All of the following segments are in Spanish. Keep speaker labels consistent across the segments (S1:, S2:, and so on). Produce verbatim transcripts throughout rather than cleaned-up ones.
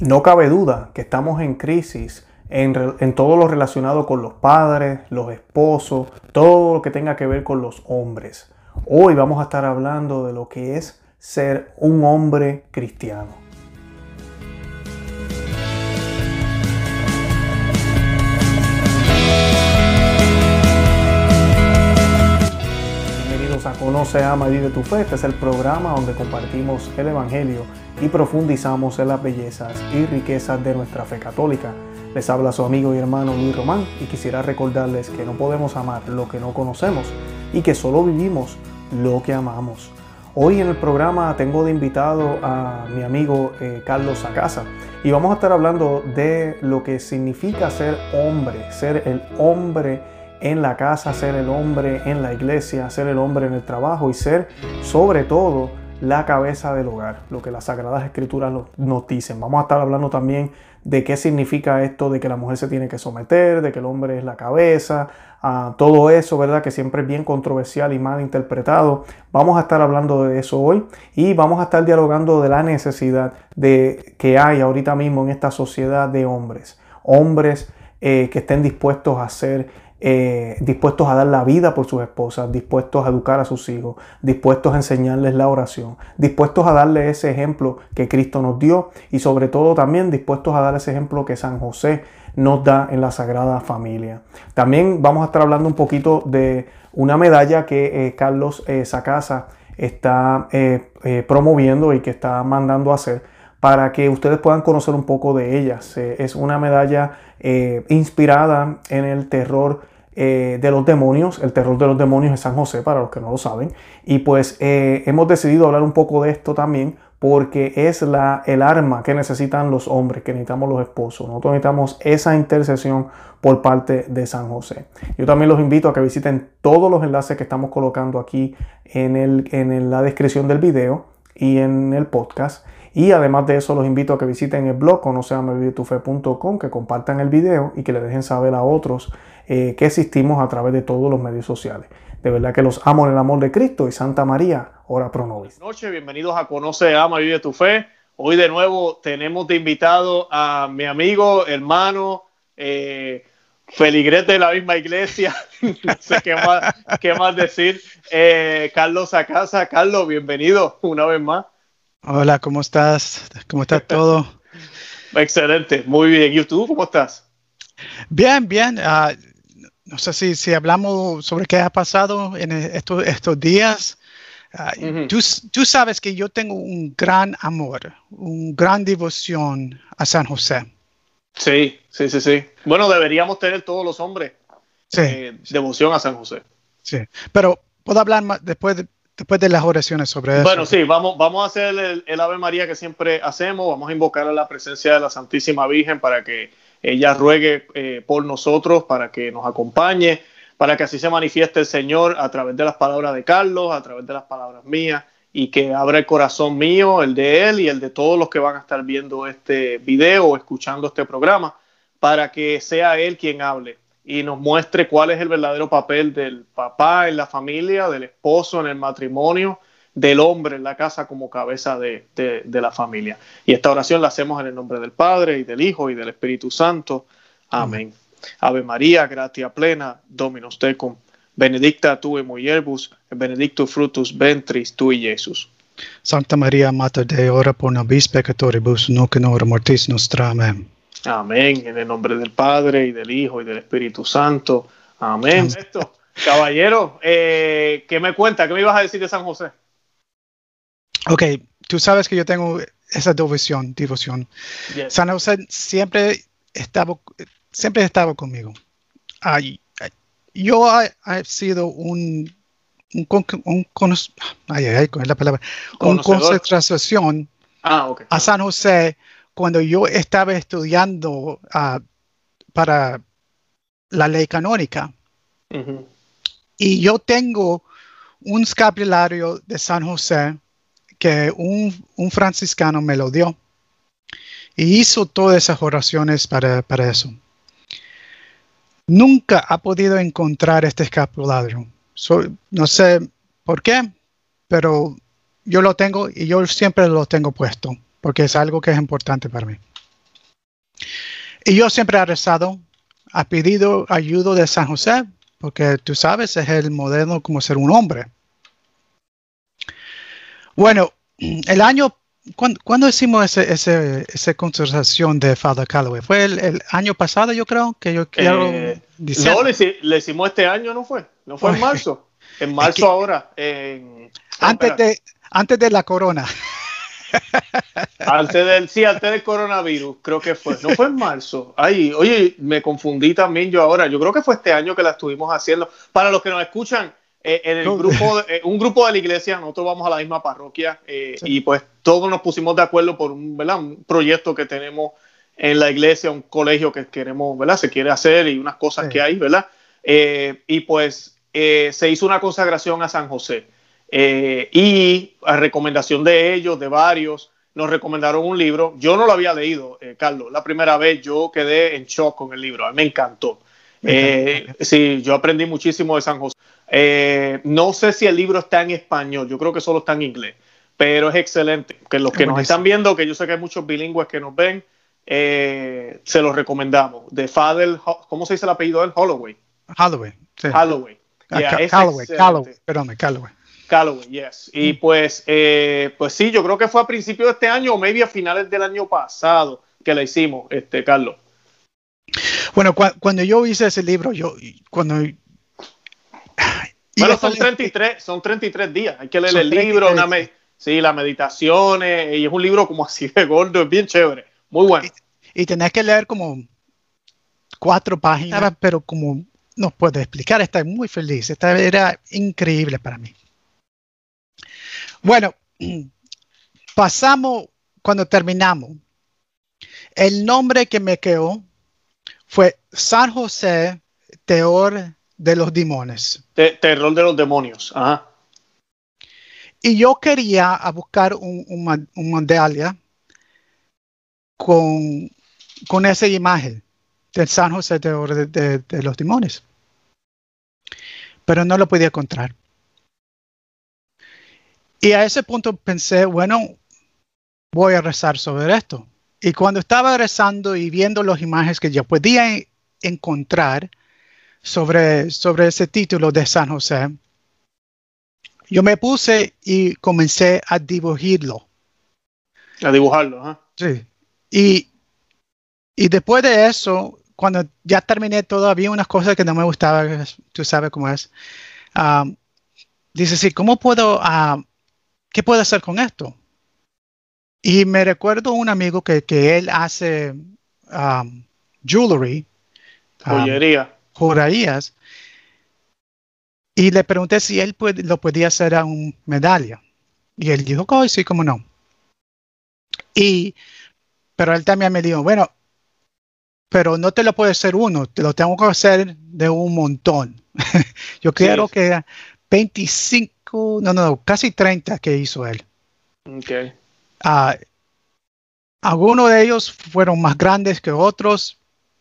S1: No cabe duda que estamos en crisis en, en todo lo relacionado con los padres, los esposos, todo lo que tenga que ver con los hombres. Hoy vamos a estar hablando de lo que es ser un hombre cristiano. Bienvenidos a Conoce, Ama y Vive tu Fe. Este es el programa donde compartimos el Evangelio y profundizamos en las bellezas y riquezas de nuestra fe católica. Les habla su amigo y hermano Luis Román y quisiera recordarles que no podemos amar lo que no conocemos y que solo vivimos lo que amamos. Hoy en el programa tengo de invitado a mi amigo eh, Carlos Sacasa y vamos a estar hablando de lo que significa ser hombre, ser el hombre en la casa, ser el hombre en la iglesia, ser el hombre en el trabajo y ser sobre todo la cabeza del hogar, lo que las Sagradas Escrituras nos dicen. Vamos a estar hablando también de qué significa esto de que la mujer se tiene que someter, de que el hombre es la cabeza, uh, todo eso, ¿verdad? Que siempre es bien controversial y mal interpretado. Vamos a estar hablando de eso hoy y vamos a estar dialogando de la necesidad de, que hay ahorita mismo en esta sociedad de hombres. Hombres eh, que estén dispuestos a ser Eh, dispuestos a dar la vida por sus esposas, dispuestos a educar a sus hijos, dispuestos a enseñarles la oración, dispuestos a darle ese ejemplo que Cristo nos dio y sobre todo también dispuestos a dar ese ejemplo que San José nos da en la Sagrada Familia. También vamos a estar hablando un poquito de una medalla que eh, Carlos eh, Sacasa está eh, eh, promoviendo y que está mandando a hacer para que ustedes puedan conocer un poco de ellas. Eh, es una medalla eh, inspirada en el terror Eh, de los demonios. El terror de los demonios es San José, para los que no lo saben. Y pues eh, hemos decidido hablar un poco de esto también porque es la, el arma que necesitan los hombres, que necesitamos los esposos. Nosotros necesitamos esa intercesión por parte de San José. Yo también los invito a que visiten todos los enlaces que estamos colocando aquí en, el, en la descripción del video y en el podcast. Y además de eso los invito a que visiten el blog conoce ama y vive tu fe punto com, que compartan el video y que le dejen saber a otros eh, que existimos a través de todos los medios sociales. De verdad que los amo en el amor de Cristo y Santa María, ora pro nobis.
S2: Buenas noches, bienvenidos a Conoce, Ama y Vive tu Fe. Hoy de nuevo tenemos de invitado a mi amigo, hermano, eh, feligrete de la misma iglesia, no sé qué más, qué más decir, eh, Carlos Sacasa. Carlos, bienvenido una vez más.
S3: Hola, ¿cómo estás? ¿Cómo está todo?
S2: Excelente, muy bien. ¿Y tú, cómo estás?
S3: Bien, bien. Uh, no sé si, si hablamos sobre qué ha pasado en estos, estos días. Uh, uh-huh. tú, tú sabes que yo tengo un gran amor, una gran devoción a San José.
S2: Sí, sí, sí, sí. Bueno, deberíamos tener todos los hombres
S3: sí,
S2: eh, devoción a San José.
S3: Sí, pero puedo hablar más después de... Después de las oraciones sobre eso.
S2: Bueno, sí, vamos, vamos a hacer el, el Ave María que siempre hacemos. Vamos a invocar a la presencia de la Santísima Virgen para que ella ruegue eh, por nosotros, para que nos acompañe, para que así se manifieste el Señor a través de las palabras de Carlos, a través de las palabras mías, y que abra el corazón mío, el de él y el de todos los que van a estar viendo este video o escuchando este programa, para que sea él quien hable y nos muestre cuál es el verdadero papel del papá en la familia, del esposo en el matrimonio, del hombre en la casa como cabeza de, de, de la familia. Y esta oración la hacemos en el nombre del Padre, y del Hijo, y del Espíritu Santo. Amén. Mm. Ave María, gratia plena, Dominus tecum, benedicta tu in mulieribus, et benedictus fructus ventris tui, Iesus.
S3: Santa María, Mater Dei, ora pro nobis peccatoribus, nunc in hora mortis nostra. Amén.
S2: Amén, en el nombre del Padre, y del Hijo, y del Espíritu Santo. Amén. Esto, caballero, eh, ¿qué me cuenta? ¿Qué me ibas a decir de San José?
S3: Ok, tú sabes que yo tengo esa devoción. devoción. Yes. San José siempre estaba, siempre estaba conmigo. Ay, ay, yo he sido un, un, un, un ay, ay, ¿cuál es la palabra? Un concentración
S2: ah, okay.
S3: a San José cuando yo estaba estudiando uh, para la ley canónica.
S2: Uh-huh.
S3: Y yo tengo un escapulario de San José que un, un franciscano me lo dio. Y hizo todas esas oraciones para, para eso. Nunca ha podido encontrar este escapulario. So, no sé por qué, pero yo lo tengo y yo siempre lo tengo puesto, porque es algo que es importante para mí. Y yo siempre he rezado, he pedido ayuda de San José, porque tú sabes, es el modelo como ser un hombre. Bueno, el año, ¿cuándo, ¿cuándo hicimos ese, ese, esa conversación de Father Calloway? ¿Fue el, el año pasado, yo creo? Que yo quiero
S2: eh,
S3: decir.
S2: No, le, le hicimos este año, ¿no fue? ¿No fue en marzo? En marzo que, ahora. En,
S3: no, antes, de, antes de la corona.
S2: Antes del, sí, antes del coronavirus, creo que fue. No fue en marzo. Ay, oye, me confundí también yo ahora. Yo creo que fue este año que la estuvimos haciendo. Para los que nos escuchan, eh, en el grupo, eh, un grupo de la iglesia, nosotros vamos a la misma parroquia eh, sí. y pues todos nos pusimos de acuerdo por un, ¿verdad? un proyecto que tenemos en la iglesia, un colegio que queremos, ¿verdad? Se quiere hacer y unas cosas sí. que hay, ¿verdad? Eh, y pues eh, se hizo una consagración a San José. Eh, y a recomendación de ellos, de varios, nos recomendaron un libro. Yo no lo había leído, eh, Carlos. La primera vez yo quedé en shock con el libro. A mí me encantó. Eh, sí, yo aprendí muchísimo de San José. Eh, no sé si el libro está en español. Yo creo que solo está en inglés. Pero es excelente. Que los que nos están viendo, que yo sé que hay muchos bilingües que nos ven, eh, se los recomendamos. De Father, ¿cómo se dice el apellido de él? Holloway.
S3: Holloway. Sí.
S2: Holloway.
S3: Yeah, uh, Calloway, Calloway, perdón, Calloway.
S2: Calloway, yes. Y pues, eh, pues sí, yo creo que fue a principios de este año o maybe a finales del año pasado que la hicimos, este, Carlos.
S3: Bueno, cu cuando yo hice ese libro, yo, cuando...
S2: Bueno, son treinta y tres, son treinta y tres días. Hay que leer el libro, una me sí, las meditaciones, y es un libro como así de gordo, es bien chévere, muy bueno.
S3: Y, y tenés que leer como cuatro páginas, pero como nos puede explicar, estoy muy feliz. Esta era increíble para mí. Bueno, pasamos, cuando terminamos, el nombre que me quedó fue San José, Terror de los Demonios.
S2: Te terror de los demonios, ajá.
S3: Y yo quería buscar un, un, un medalla con, con esa imagen del San José, Terror de, de, de los Demonios. Pero no lo podía encontrar. Y a ese punto pensé, bueno, voy a rezar sobre esto. Y cuando estaba rezando y viendo las imágenes que yo podía encontrar sobre, sobre ese título de San José, yo me puse y comencé a dibujarlo.
S2: A dibujarlo, ¿eh?
S3: Sí. Y, y después de eso, cuando ya terminé todo, había unas cosas que no me gustaban, tú sabes cómo es. Um, dice, sí, ¿cómo puedo... Uh, ¿Qué puedo hacer con esto? Y me recuerdo un amigo que, que él hace um, jewelry.
S2: Joyería.
S3: Um, joyerías. Y le pregunté si él puede, lo podía hacer a una medalla. Y él dijo, oh, sí, cómo no. Y, pero él también me dijo, bueno, pero no te lo puede hacer uno, te lo tengo que hacer de un montón. Yo quiero sí. que veinticinco, no, no, casi treinta que hizo él.
S2: Okay.
S3: Uh, algunos de ellos fueron más grandes que otros,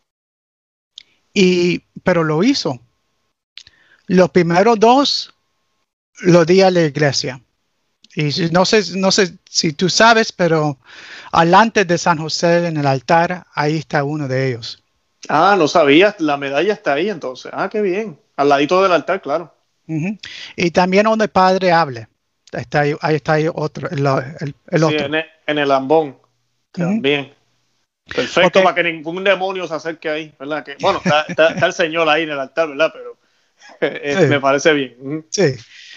S3: y, pero lo hizo. Los primeros dos los di a la iglesia. Y no sé, no sé si tú sabes, pero alante de San José en el altar, ahí está uno de ellos.
S2: Ah, no sabía, la medalla está ahí entonces. Ah, qué bien. Al ladito del altar, claro.
S3: Uh-huh. Y también donde el Padre hable. Está ahí, ahí está ahí otro, el, el, el otro.
S2: Sí, en el, en el ambón también. Uh-huh. Perfecto, okay. Para que ningún demonio se acerque ahí, ¿verdad? Que, bueno, está, está, está el Señor ahí en el altar, ¿verdad? Pero eh, sí. Me parece bien. Uh-huh.
S3: Sí.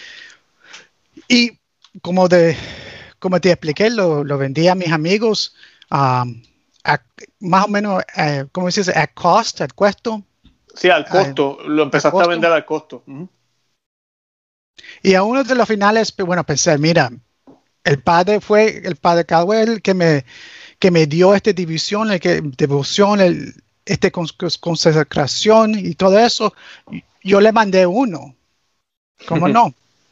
S3: Y como, de, como te expliqué, lo, lo vendí a mis amigos um, a, más o menos, uh, ¿cómo se dice? At cost, al costo.
S2: Sí, al costo. Uh, lo empezaste costo. a vender al costo. Uh-huh.
S3: Y a uno de los finales, bueno, pensé, mira, el padre fue el padre Calloway el que me, que me dio esta división, el que, devoción, el, este consagración y todo eso. Yo le mandé uno. ¿Cómo no?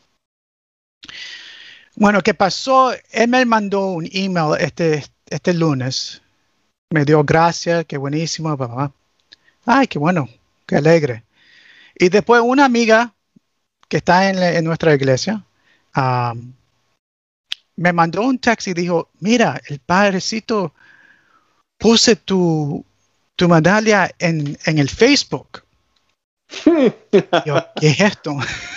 S3: Bueno, ¿qué pasó? Él me mandó un email este, este lunes. Me dio gracias, qué buenísimo. Papá. Ay, qué bueno, qué alegre. Y después una amiga que está en, en nuestra iglesia, um, me mandó un texto y dijo, mira, el padrecito puse tu, tu medalla en, en el Facebook. Yo, ¿qué es esto?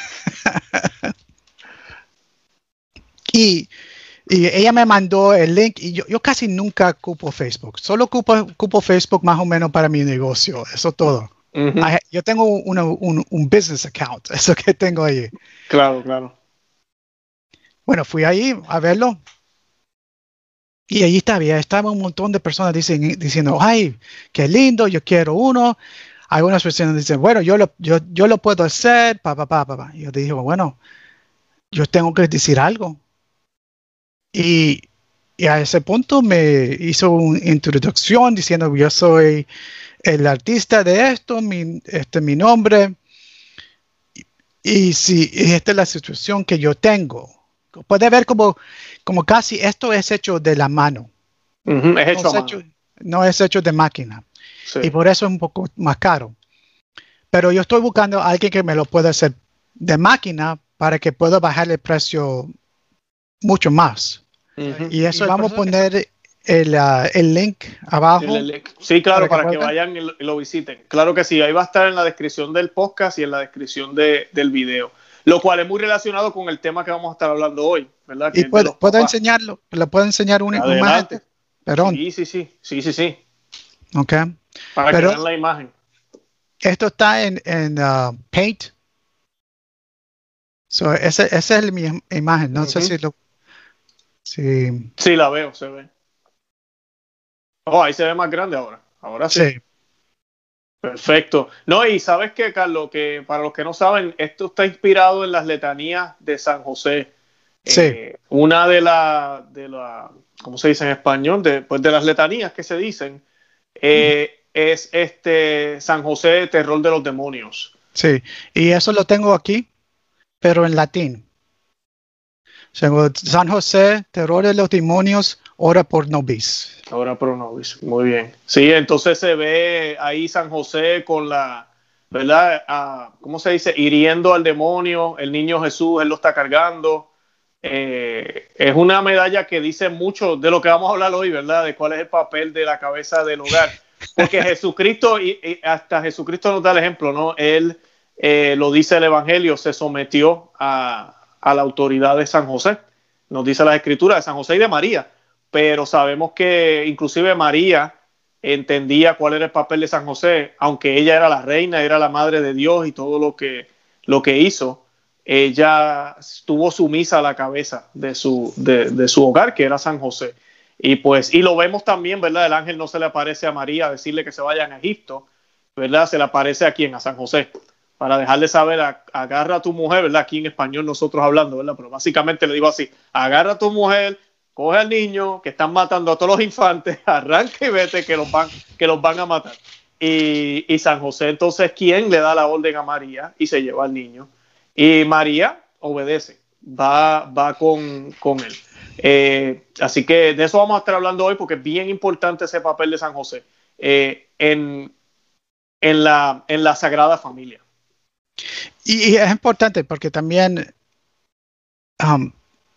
S3: y, y ella me mandó el link y yo, yo casi nunca ocupo Facebook. Solo ocupo, ocupo Facebook más o menos para mi negocio. Eso es todo. Uh-huh. Yo tengo una, un, un business account. Eso que tengo ahí.
S2: Claro, claro.
S3: Bueno, fui ahí a verlo. Y allí estaba, estaba un montón de personas dicen, diciendo, ay, qué lindo, yo quiero uno. Algunas personas dicen, bueno, yo lo, yo, yo lo puedo hacer, pa, pa, pa, pa, pa. Y yo dije, bueno, yo tengo que decir algo. Y, y a ese punto me hizo una introducción diciendo que yo soy el artista de esto, mi, este mi nombre. Y, y si esta es la situación que yo tengo. Puede ver como, como casi esto es hecho de la mano.
S2: Uh-huh, es hecho
S3: no,
S2: a
S3: es
S2: mano.
S3: hecho, no es hecho de máquina.
S2: Sí.
S3: Y por eso es un poco más caro. Pero yo estoy buscando a alguien que me lo pueda hacer de máquina para que pueda bajar el precio mucho más. Uh-huh. Y eso y vamos a poner el, uh, el link abajo.
S2: El link. Sí, claro, para, para que, que vayan y lo, y lo visiten. Claro que sí, ahí va a estar en la descripción del podcast y en la descripción de, del video. Lo cual es muy relacionado con el tema que vamos a estar hablando hoy, ¿verdad? Que
S3: y puedo, puedo enseñarlo, le puedo enseñar una imagen. Perdón.
S2: Sí, sí, sí, sí, sí, sí.
S3: Ok.
S2: Para
S3: Pero
S2: que vean la imagen.
S3: Esto está en, en uh, Paint. So, esa, esa es mi imagen. No uh-huh. sé si lo... Si...
S2: Sí, la veo, se ve. Oh, ahí se ve más grande ahora. Ahora sí. Sí. Perfecto. No, y sabes qué, Carlos, que para los que no saben, esto está inspirado en las letanías de San José.
S3: Sí.
S2: Eh, una de las, de la, ¿cómo se dice en español? De, pues de las letanías que se dicen, eh, mm. es este San José, terror de los demonios.
S3: Sí, y eso lo tengo aquí, pero en latín. San José, terror de los demonios, ora por nobis.
S2: Ora pro nobis, muy bien. Sí, entonces se ve ahí San José con la, ¿verdad? Ah, ¿cómo se dice? Hiriendo al demonio, el niño Jesús, él lo está cargando. Eh, es una medalla que dice mucho de lo que vamos a hablar hoy, ¿verdad? De cuál es el papel de la cabeza del hogar. Porque Jesucristo, y, y hasta Jesucristo nos da el ejemplo, ¿no? Él, eh, lo dice el Evangelio, se sometió a, a la autoridad de San José. Nos dice las Escrituras de San José y de María. Pero sabemos que inclusive María entendía cuál era el papel de San José, aunque ella era la reina, era la madre de Dios y todo lo que, lo que hizo, ella estuvo sumisa a la cabeza de su, de, de su hogar, que era San José. Y pues, y lo vemos también, ¿verdad? El ángel no se le aparece a María a decirle que se vayan a Egipto, ¿verdad? Se le aparece a quién, a San José, para dejarle saber, a, agarra a tu mujer, ¿verdad? Aquí en español nosotros hablando, ¿verdad? Pero básicamente le digo así, agarra a tu mujer, coge al niño, que están matando a todos los infantes, arranca y vete, que los van, que los van a matar. Y, y San José, entonces, ¿quién le da la orden a María? Y se lleva al niño. Y María obedece, va, va con, con él. Eh, así que de eso vamos a estar hablando hoy, porque es bien importante ese papel de San José eh, en, en, la, en la Sagrada Familia.
S3: Y, y es importante porque también... Um,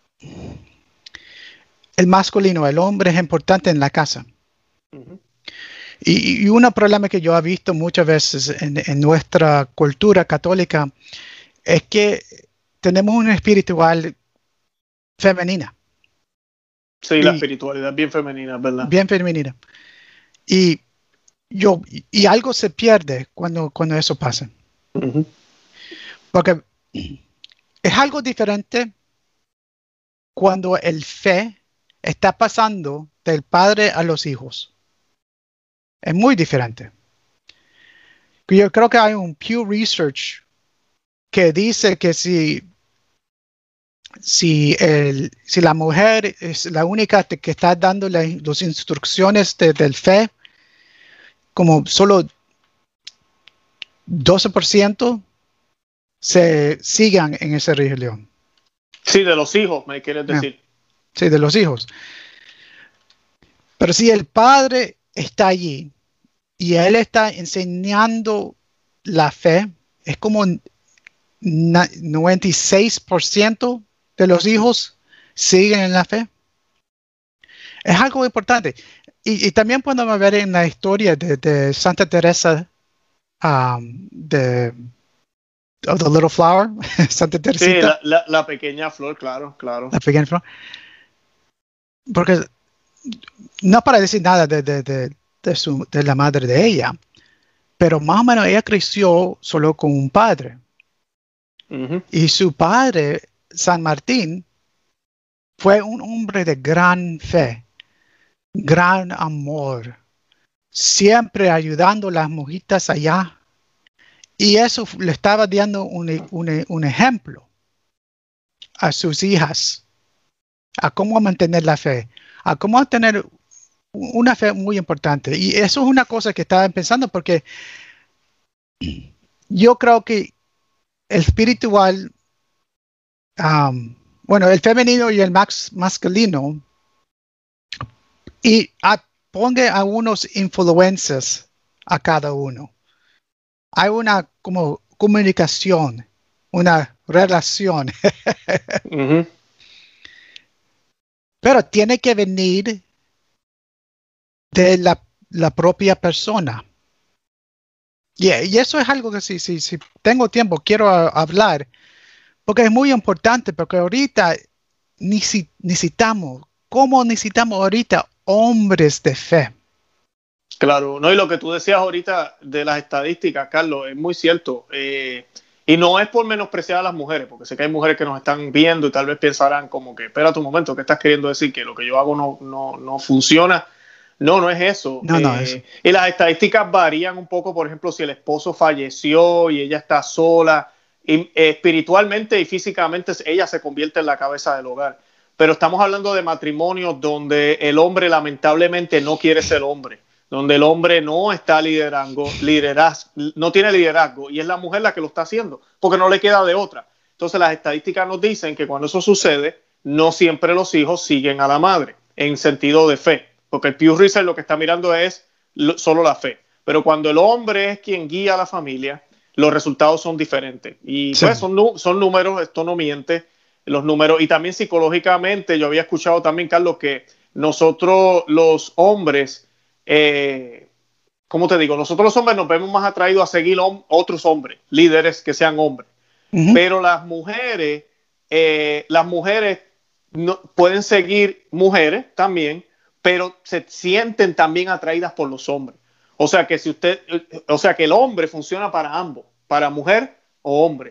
S3: el masculino, el hombre es importante en la casa. Uh-huh. Y, y un problema que yo he visto muchas veces en, en nuestra cultura católica es que tenemos una espiritual femenina.
S2: Sí, y, la espiritualidad bien femenina, ¿verdad?
S3: Bien femenina. Y, yo, y algo se pierde cuando, cuando eso pasa. Uh-huh. Porque es algo diferente cuando el fe está pasando del padre a los hijos. Es muy diferente. Yo creo que hay un Pew Research que dice que si, si, el, si la mujer es la única que está dando la, las instrucciones de, del fe, como solo doce por ciento se sigan en esa religión.
S2: Sí, de los hijos, me quieres decir.
S3: Yeah. Sí, de los hijos. Pero si el padre está allí y él está enseñando la fe, es como noventa y seis por ciento de los hijos siguen en la fe. Es algo importante. y, y también podemos ver en la historia de, de Santa Teresa um, de of the Little Flower, Santa Teresita.
S2: Sí, la, la, la pequeña flor, claro, claro.
S3: La pequeña flor. Porque no para decir nada de, de, de, de, su, de la madre de ella, pero más o menos ella creció solo con un padre. Uh-huh. Y su padre, San Martín, fue un hombre de gran fe, gran amor, siempre ayudando a las mujitas allá. Y eso le estaba dando un, un, un ejemplo a sus hijas, a cómo mantener la fe, a cómo tener una fe muy importante. Y eso es una cosa que estaba pensando, porque yo creo que el espiritual, um, bueno, el femenino y el max, masculino, y a, ponga a unos influencias a cada uno. Hay una como comunicación, una relación. Uh-huh. Pero tiene que venir de la, la propia persona. Yeah, y eso es algo que si, si, si tengo tiempo quiero a, hablar, porque es muy importante, porque ahorita necesitamos, ¿cómo necesitamos ahorita hombres de fe?
S2: Claro, no, y lo que tú decías ahorita de las estadísticas, Carlos, es muy cierto. Eh, y no es por menospreciar a las mujeres, porque sé que hay mujeres que nos están viendo y tal vez pensarán como que, espera tu momento, ¿qué estás queriendo decir? Que lo que yo hago no, no, no funciona. No, no es eso.
S3: No, no
S2: eh,
S3: es.
S2: Y las estadísticas varían un poco, por ejemplo, si el esposo falleció y ella está sola, y, eh, espiritualmente y físicamente ella se convierte en la cabeza del hogar. Pero estamos hablando de matrimonios donde el hombre lamentablemente no quiere ser hombre, donde el hombre no está liderando, liderazgo, no tiene liderazgo, y es la mujer la que lo está haciendo, porque no le queda de otra. Entonces las estadísticas nos dicen que cuando eso sucede, no siempre los hijos siguen a la madre, en sentido de fe, porque el Pew Research lo que está mirando es lo, solo la fe. Pero cuando el hombre es quien guía a la familia, los resultados son diferentes. Y sí. pues son, son números, esto no miente, los números. Y también psicológicamente, yo había escuchado también, Carlos, que nosotros los hombres... Eh, ¿cómo te digo? Nosotros los hombres nos vemos más atraídos a seguir hom- otros hombres, líderes que sean hombres. Uh-huh. Pero las mujeres, eh, las mujeres no, pueden seguir mujeres también, pero se sienten también atraídas por los hombres. O sea que si usted, o sea que el hombre funciona para ambos, para mujer o hombre.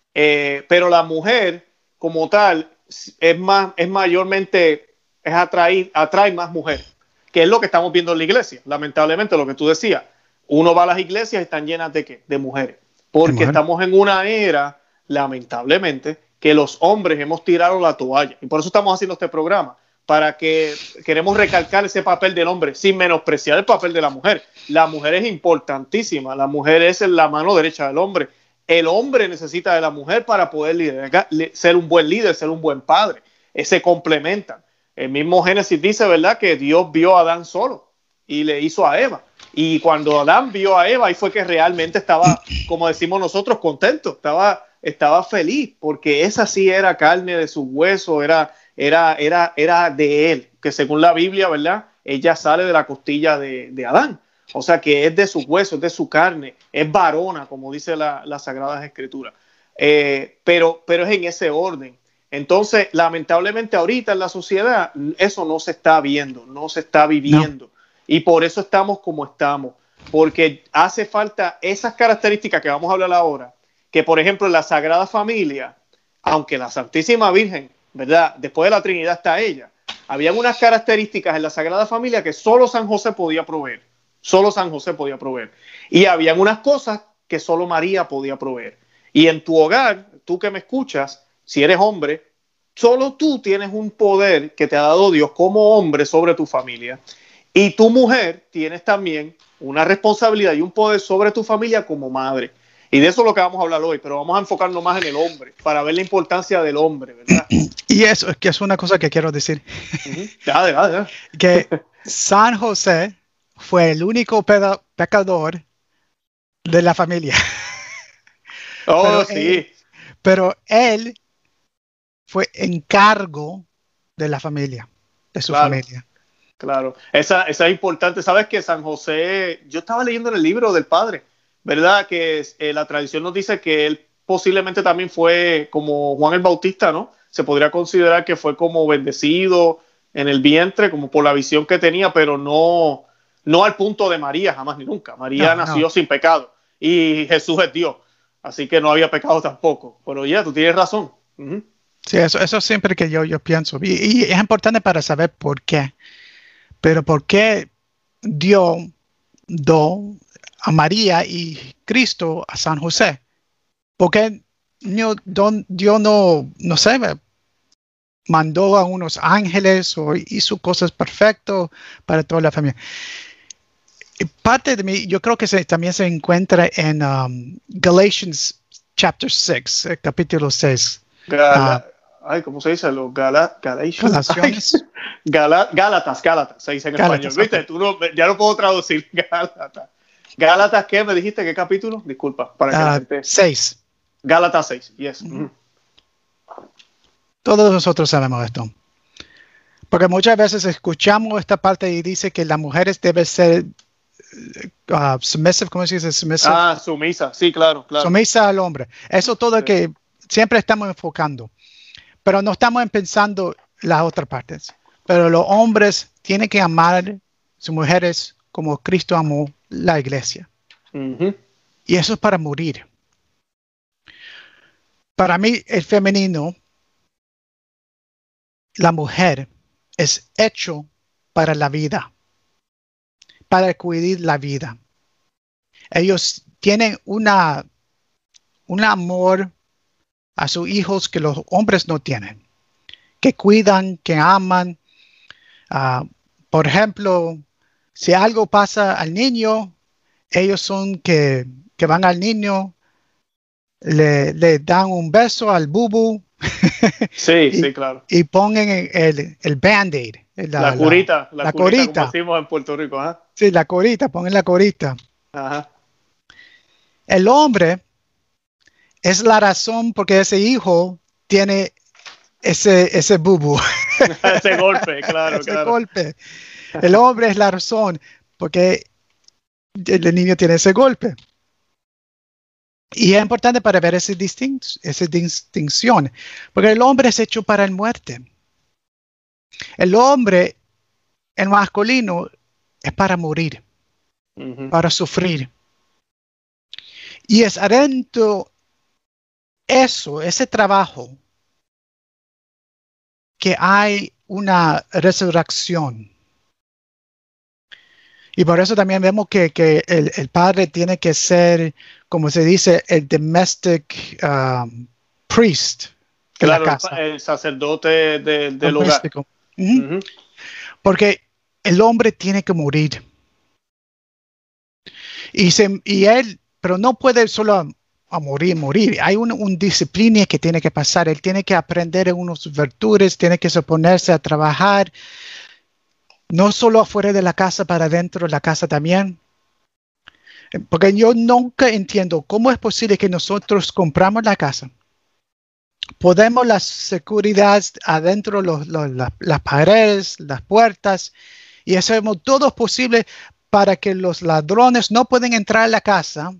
S2: Eh, pero la mujer, como tal, es más, es mayormente, es atraer, atrae más mujeres. Que es lo que estamos viendo en la iglesia. Lamentablemente, lo que tú decías, uno va a las iglesias y están llenas de ¿qué? De mujeres. Porque mujer. Estamos en una era, lamentablemente, que los hombres hemos tirado la toalla. Y por eso estamos haciendo este programa, para que queremos recalcar ese papel del hombre, sin menospreciar el papel de la mujer. La mujer es importantísima, la mujer es la mano derecha del hombre. El hombre necesita de la mujer para poder liderar, ser un buen líder, ser un buen padre. Eh, se complementan. El mismo Génesis dice, ¿verdad?, que Dios vio a Adán solo y le hizo a Eva. Y cuando Adán vio a Eva, ahí fue que realmente estaba, como decimos nosotros, contento, estaba, estaba feliz, porque esa sí era carne de su hueso, era, era, era, era de él, que según la Biblia, ¿verdad?, ella sale de la costilla de, de Adán. O sea que es de su hueso, es de su carne, es varona, como dice la, las Sagradas Escrituras. Eh, pero, pero es en ese orden. Entonces, lamentablemente ahorita en la sociedad eso no se está viendo, no se está viviendo. No. Y por eso estamos como estamos. Porque hace falta esas características que vamos a hablar ahora, que por ejemplo en la Sagrada Familia, aunque la Santísima Virgen, ¿verdad?, después de la Trinidad está ella, habían unas características en la Sagrada Familia que solo San José podía proveer. Solo San José podía proveer. Y habían unas cosas que solo María podía proveer. Y en tu hogar, tú que me escuchas, si eres hombre, solo tú tienes un poder que te ha dado Dios como hombre sobre tu familia. Y tu mujer tienes también una responsabilidad y un poder sobre tu familia como madre. Y de eso es lo que vamos a hablar hoy, pero vamos a enfocarnos más en el hombre, para ver la importancia del hombre, ¿verdad?
S3: Y eso es que es una cosa que quiero decir.
S2: Uh-huh. Ya, ya, ya.
S3: Que San José fue el único pedo- pecador de la familia.
S2: Oh,
S3: pero
S2: sí.
S3: Él, pero él fue encargo de la familia, de su
S2: claro.
S3: familia.
S2: Claro, esa, esa es importante. Sabes que San José, yo estaba leyendo en el libro del padre, ¿verdad? Que eh, la tradición nos dice que él posiblemente también fue como Juan el Bautista, ¿no? Se podría considerar que fue como bendecido en el vientre, como por la visión que tenía, pero no, no al punto de María, jamás ni nunca. María no, nació no. sin pecado y Jesús es Dios, así que no había pecado tampoco. Pero ya, tú tienes razón. Uh-huh.
S3: Sí, eso, eso siempre que yo, yo pienso. Y, y es importante para saber por qué. Pero ¿por qué dio, dio a María y Cristo a San José? ¿Por qué Dios no, no, no sé, mandó a unos ángeles o hizo cosas perfectas para toda la familia? Y parte de mí, yo creo que se, también se encuentra en um, Galatians chapter six, eh, capítulo seis.
S2: Gala, uh, ay, ¿cómo se dice? Los Gala,
S3: Galaciones.
S2: Gala, Gálatas, Gálatas, se dice en Gálatas, español. ¿Viste? Okay. Tú no, ya no puedo traducir. Gálatas. ¿Gálatas qué? ¿Me dijiste? ¿Qué capítulo? Disculpa. Para que
S3: uh,
S2: la gente...
S3: Seis.
S2: Gálatas seis, yes.
S3: Mm-hmm. Todos nosotros sabemos esto. Porque muchas veces escuchamos esta parte y dice que las mujeres deben ser uh, submissive, ¿cómo se dice? Submissive.
S2: Ah, sumisa, sí, claro, claro.
S3: Sumisa al hombre. Eso todo
S2: sí.
S3: Que siempre estamos enfocando. Pero no estamos pensando las otras partes. Pero los hombres tienen que amar a sus mujeres como Cristo amó la iglesia.
S2: Uh-huh.
S3: Y eso es para morir. Para mí, el femenino, la mujer, es hecho para la vida, para cuidar la vida. Ellos tienen una, un amor a sus hijos que los hombres no tienen, que cuidan, que aman. Uh, por ejemplo, si algo pasa al niño, ellos son que, que van al niño, le, le dan un beso al bubu.
S2: Sí,
S3: y,
S2: sí, claro.
S3: Y ponen el, el band-aid. La,
S2: la curita, la,
S3: la
S2: curita,
S3: corita.
S2: como decimos en Puerto Rico. ¿eh?
S3: Sí, la corita, ponen la corita.
S2: Ajá.
S3: El hombre es la razón porque ese hijo tiene ese, ese bubu.
S2: Ese golpe, claro,
S3: ese
S2: claro.
S3: golpe. El hombre es la razón porque el niño tiene ese golpe. Y es importante para ver esa, distinc- esa distinción, porque el hombre es hecho para la muerte. El hombre, el masculino, es para morir, uh-huh. para sufrir. Y es adentro eso, ese trabajo, que hay una resurrección. Y por eso también vemos que, que el, el padre tiene que ser, como se dice, el domestic um, priest de
S2: claro,
S3: la casa.
S2: El sacerdote de, del hogar.
S3: Uh-huh. Uh-huh. Porque el hombre tiene que morir. Y, se, y él, pero no puede solo a, a morir, morir. Hay una un disciplina que tiene que pasar. Él tiene que aprender unas virtudes, tiene que ponerse a trabajar. No solo afuera de la casa, para dentro de la casa también. Porque yo nunca entiendo cómo es posible que nosotros compramos la casa. Podemos la seguridad adentro, los, los, las, las paredes, las puertas, y hacemos todo posible para que los ladrones no puedan entrar a la casa.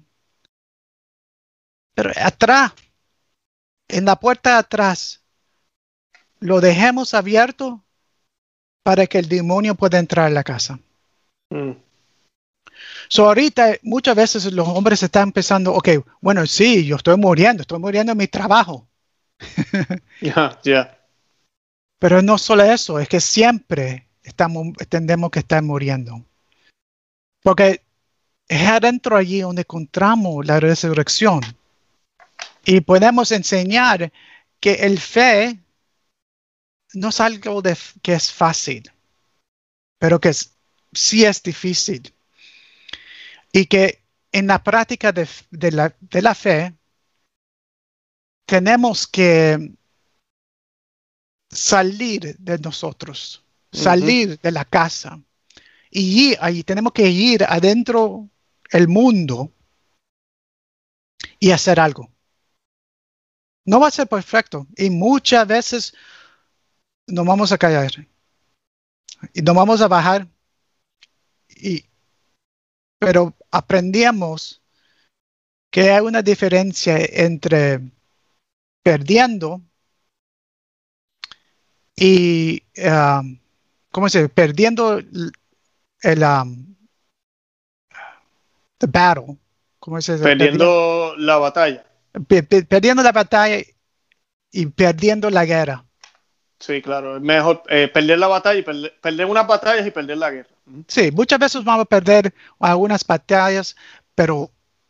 S3: Pero atrás, en la puerta de atrás, lo dejemos abierto para que el demonio pueda entrar a la casa. Mm. So ahorita muchas veces los hombres están pensando, ok, bueno, sí, yo estoy muriendo, estoy muriendo en mi trabajo.
S2: Yeah, yeah.
S3: Pero no solo eso, es que siempre estamos, tenemos que estar muriendo. Porque es adentro allí donde encontramos la resurrección. Y podemos enseñar que el fe no es algo de, que es fácil, pero que es, sí es difícil. Y que en la práctica de, de, la, de la fe, tenemos que salir de nosotros, salir uh-huh. de la casa. Y ahí tenemos que ir adentro del mundo y hacer algo. No va a ser perfecto. Y muchas veces nos vamos a callar. y nos vamos a bajar, y, pero aprendíamos que hay una diferencia entre perdiendo y, um, ¿cómo se dice? Perdiendo el, el um, the battle. ¿Cómo se dice?
S2: Perdiendo, perdiendo la batalla.
S3: Per, per, perdiendo la batalla y perdiendo la guerra.
S2: Sí, claro. Es mejor eh, perder la batalla y perder, perder unas batallas y perder la guerra.
S3: Sí, muchas veces vamos a perder algunas batallas, pero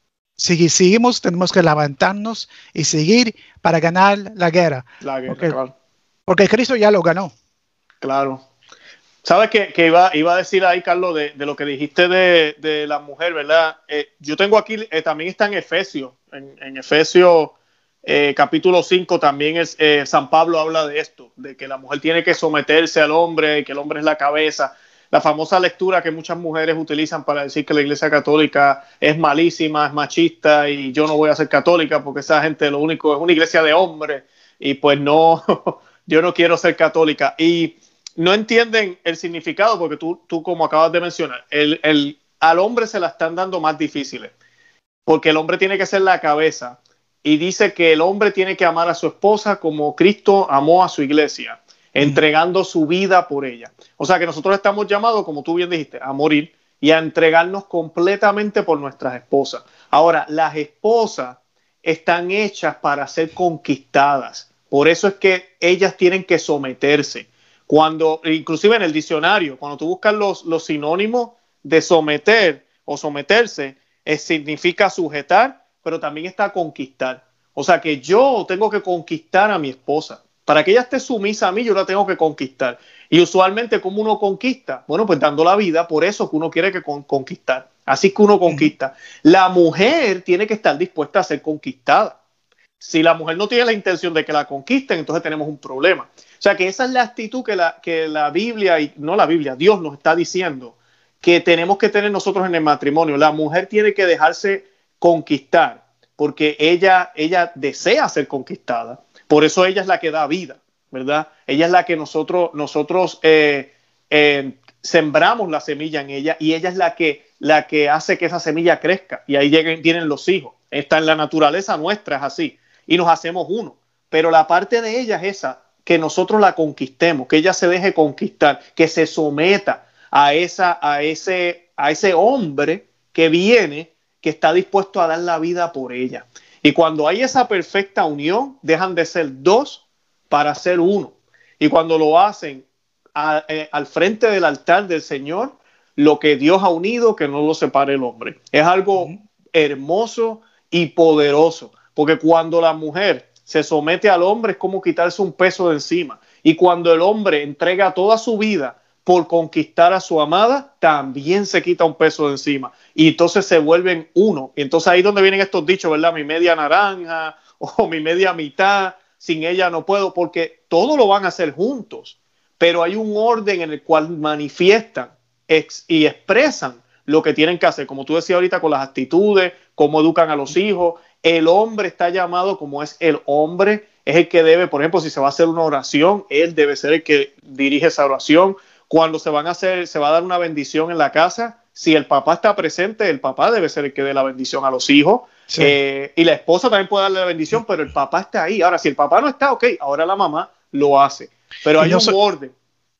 S3: si seguimos, tenemos que levantarnos y seguir para ganar la guerra.
S2: La guerra,
S3: porque,
S2: claro.
S3: Porque Cristo ya lo ganó.
S2: Claro. ¿Sabes qué, que iba, iba a decir ahí, Carlos, de, de lo que dijiste de, de la mujer, ¿verdad? Eh, yo tengo aquí, eh, también está en Efesios, en, en Efesios eh, capítulo cinco, también es, eh, San Pablo habla de esto, de que la mujer tiene que someterse al hombre y que el hombre es la cabeza. La famosa lectura que muchas mujeres utilizan para decir que la Iglesia Católica es malísima, es machista y yo no voy a ser católica porque esa gente lo único es una iglesia de hombres y pues no, yo no quiero ser católica. Y no entienden el significado porque tú, tú como acabas de mencionar, el, el, al hombre se la están dando más difíciles porque el hombre tiene que ser la cabeza y dice que el hombre tiene que amar a su esposa como Cristo amó a su iglesia, entregando su vida por ella. O sea que nosotros estamos llamados, como tú bien dijiste, a morir y a entregarnos completamente por nuestras esposas. Ahora, las esposas están hechas para ser conquistadas. Por eso es que ellas tienen que someterse. Cuando, inclusive en el diccionario, cuando tú buscas los, los sinónimos de someter o someterse, eh, significa sujetar, pero también está conquistar. O sea que yo tengo que conquistar a mi esposa. Para que ella esté sumisa a mí, yo la tengo que conquistar. Y usualmente, ¿cómo uno conquista? Bueno, pues dando la vida, por eso que uno quiere que con, conquistar. Así que uno conquista. Uh-huh. La mujer tiene que estar dispuesta a ser conquistada. Si la mujer no tiene la intención de que la conquisten, entonces tenemos un problema. O sea que esa es la actitud que la, que la Biblia, y no la Biblia, Dios nos está diciendo que tenemos que tener nosotros en el matrimonio. La mujer tiene que dejarse conquistar porque ella, ella desea ser conquistada. Por eso ella es la que da vida, ¿verdad? Ella es la que nosotros, nosotros eh, eh, sembramos la semilla en ella y ella es la que, la que hace que esa semilla crezca y ahí lleguen, vienen los hijos. Está en la naturaleza nuestra, es así. Y nos hacemos uno. Pero la parte de ella es esa, que nosotros la conquistemos, que ella se deje conquistar, que se someta a, esa, a, ese, a ese hombre que viene, que está dispuesto a dar la vida por ella. Y cuando hay esa perfecta unión, dejan de ser dos para ser uno. Y cuando lo hacen a, eh, al frente del altar del Señor, lo que Dios ha unido, que no lo separe el hombre. Es algo uh-huh. hermoso y poderoso. Porque cuando la mujer se somete al hombre, es como quitarse un peso de encima. Y cuando el hombre entrega toda su vida por conquistar a su amada, también se quita un peso de encima. Y entonces se vuelven uno. Y entonces ahí es donde vienen estos dichos, ¿verdad? Mi media naranja o mi media mitad, sin ella no puedo, porque todo lo van a hacer juntos. Pero hay un orden en el cual manifiestan ex y expresan lo que tienen que hacer. Como tú decías ahorita, con las actitudes, cómo educan a los hijos. El hombre está llamado como es el hombre, es el que debe, por ejemplo, si se va a hacer una oración, él debe ser el que dirige esa oración. Cuando se van a hacer, se va a dar una bendición en la casa, si el papá está presente, el papá debe ser el que dé la bendición a los hijos. Sí. Eh, y la esposa también puede darle la bendición, pero el papá está ahí. Ahora, si el papá no está, ok, ahora la mamá lo hace. Pero hay un orden.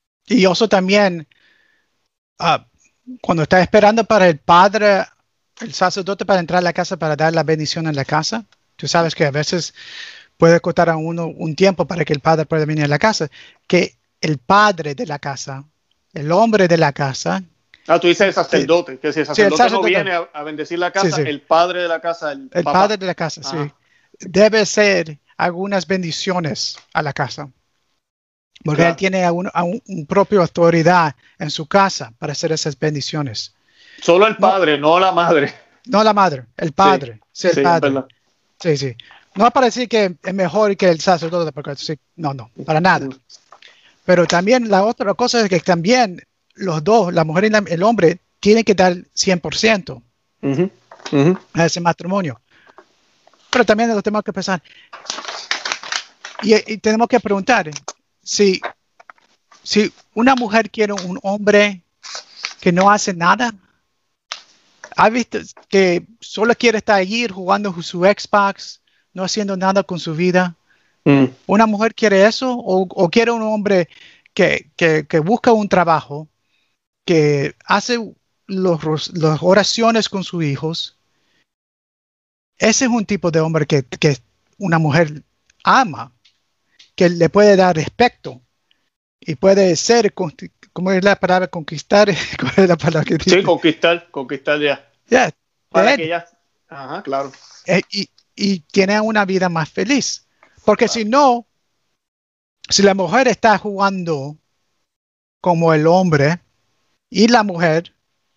S3: Y eso también, uh, cuando está esperando para el padre, el sacerdote para entrar a la casa para dar la bendición en la casa, tú sabes que a veces puede costar a uno un tiempo para que el padre pueda venir a la casa, que el padre de la casa, el hombre de la casa.
S2: Ah, tú dices el sacerdote, que si el sacerdote, sí, el sacerdote no viene a, a bendecir la casa, sí, sí. el padre de la casa, el,
S3: el
S2: papá.
S3: padre de la casa, Ajá. sí, debe ser algunas bendiciones a la casa, porque claro. él tiene a un, a un, un propio autoridad en su casa para hacer esas bendiciones.
S2: Solo el padre, no, no la madre.
S3: No la madre, el padre, sí, sí el sí, padre. Sí, sí. No para decir que es mejor que el sacerdote, porque sí, no, no, para nada. Pero también la otra cosa es que también los dos, la mujer y la, el hombre, tienen que dar cien por ciento uh-huh. Uh-huh. a ese matrimonio. Pero también lo tenemos que pensar. Y, y tenemos que preguntar si si una mujer quiere un hombre que no hace nada, ¿ha visto que solo quiere estar allí jugando su Xbox, no haciendo nada con su vida? Mm. ¿Una mujer quiere eso? ¿O, o quiere un hombre que, que, que busca un trabajo, que hace los, las oraciones con sus hijos? Ese es un tipo de hombre que, que una mujer ama, que le puede dar respeto y puede ser, ¿cómo es la palabra? Conquistar. ¿Cuál es la palabra que dice?
S2: Sí, conquistar, conquistar ya.
S3: Yeah,
S2: Para que ella, ajá, claro.
S3: Eh, y, y tiene una vida más feliz. Porque claro. Si no, si la mujer está jugando como el hombre y la mujer,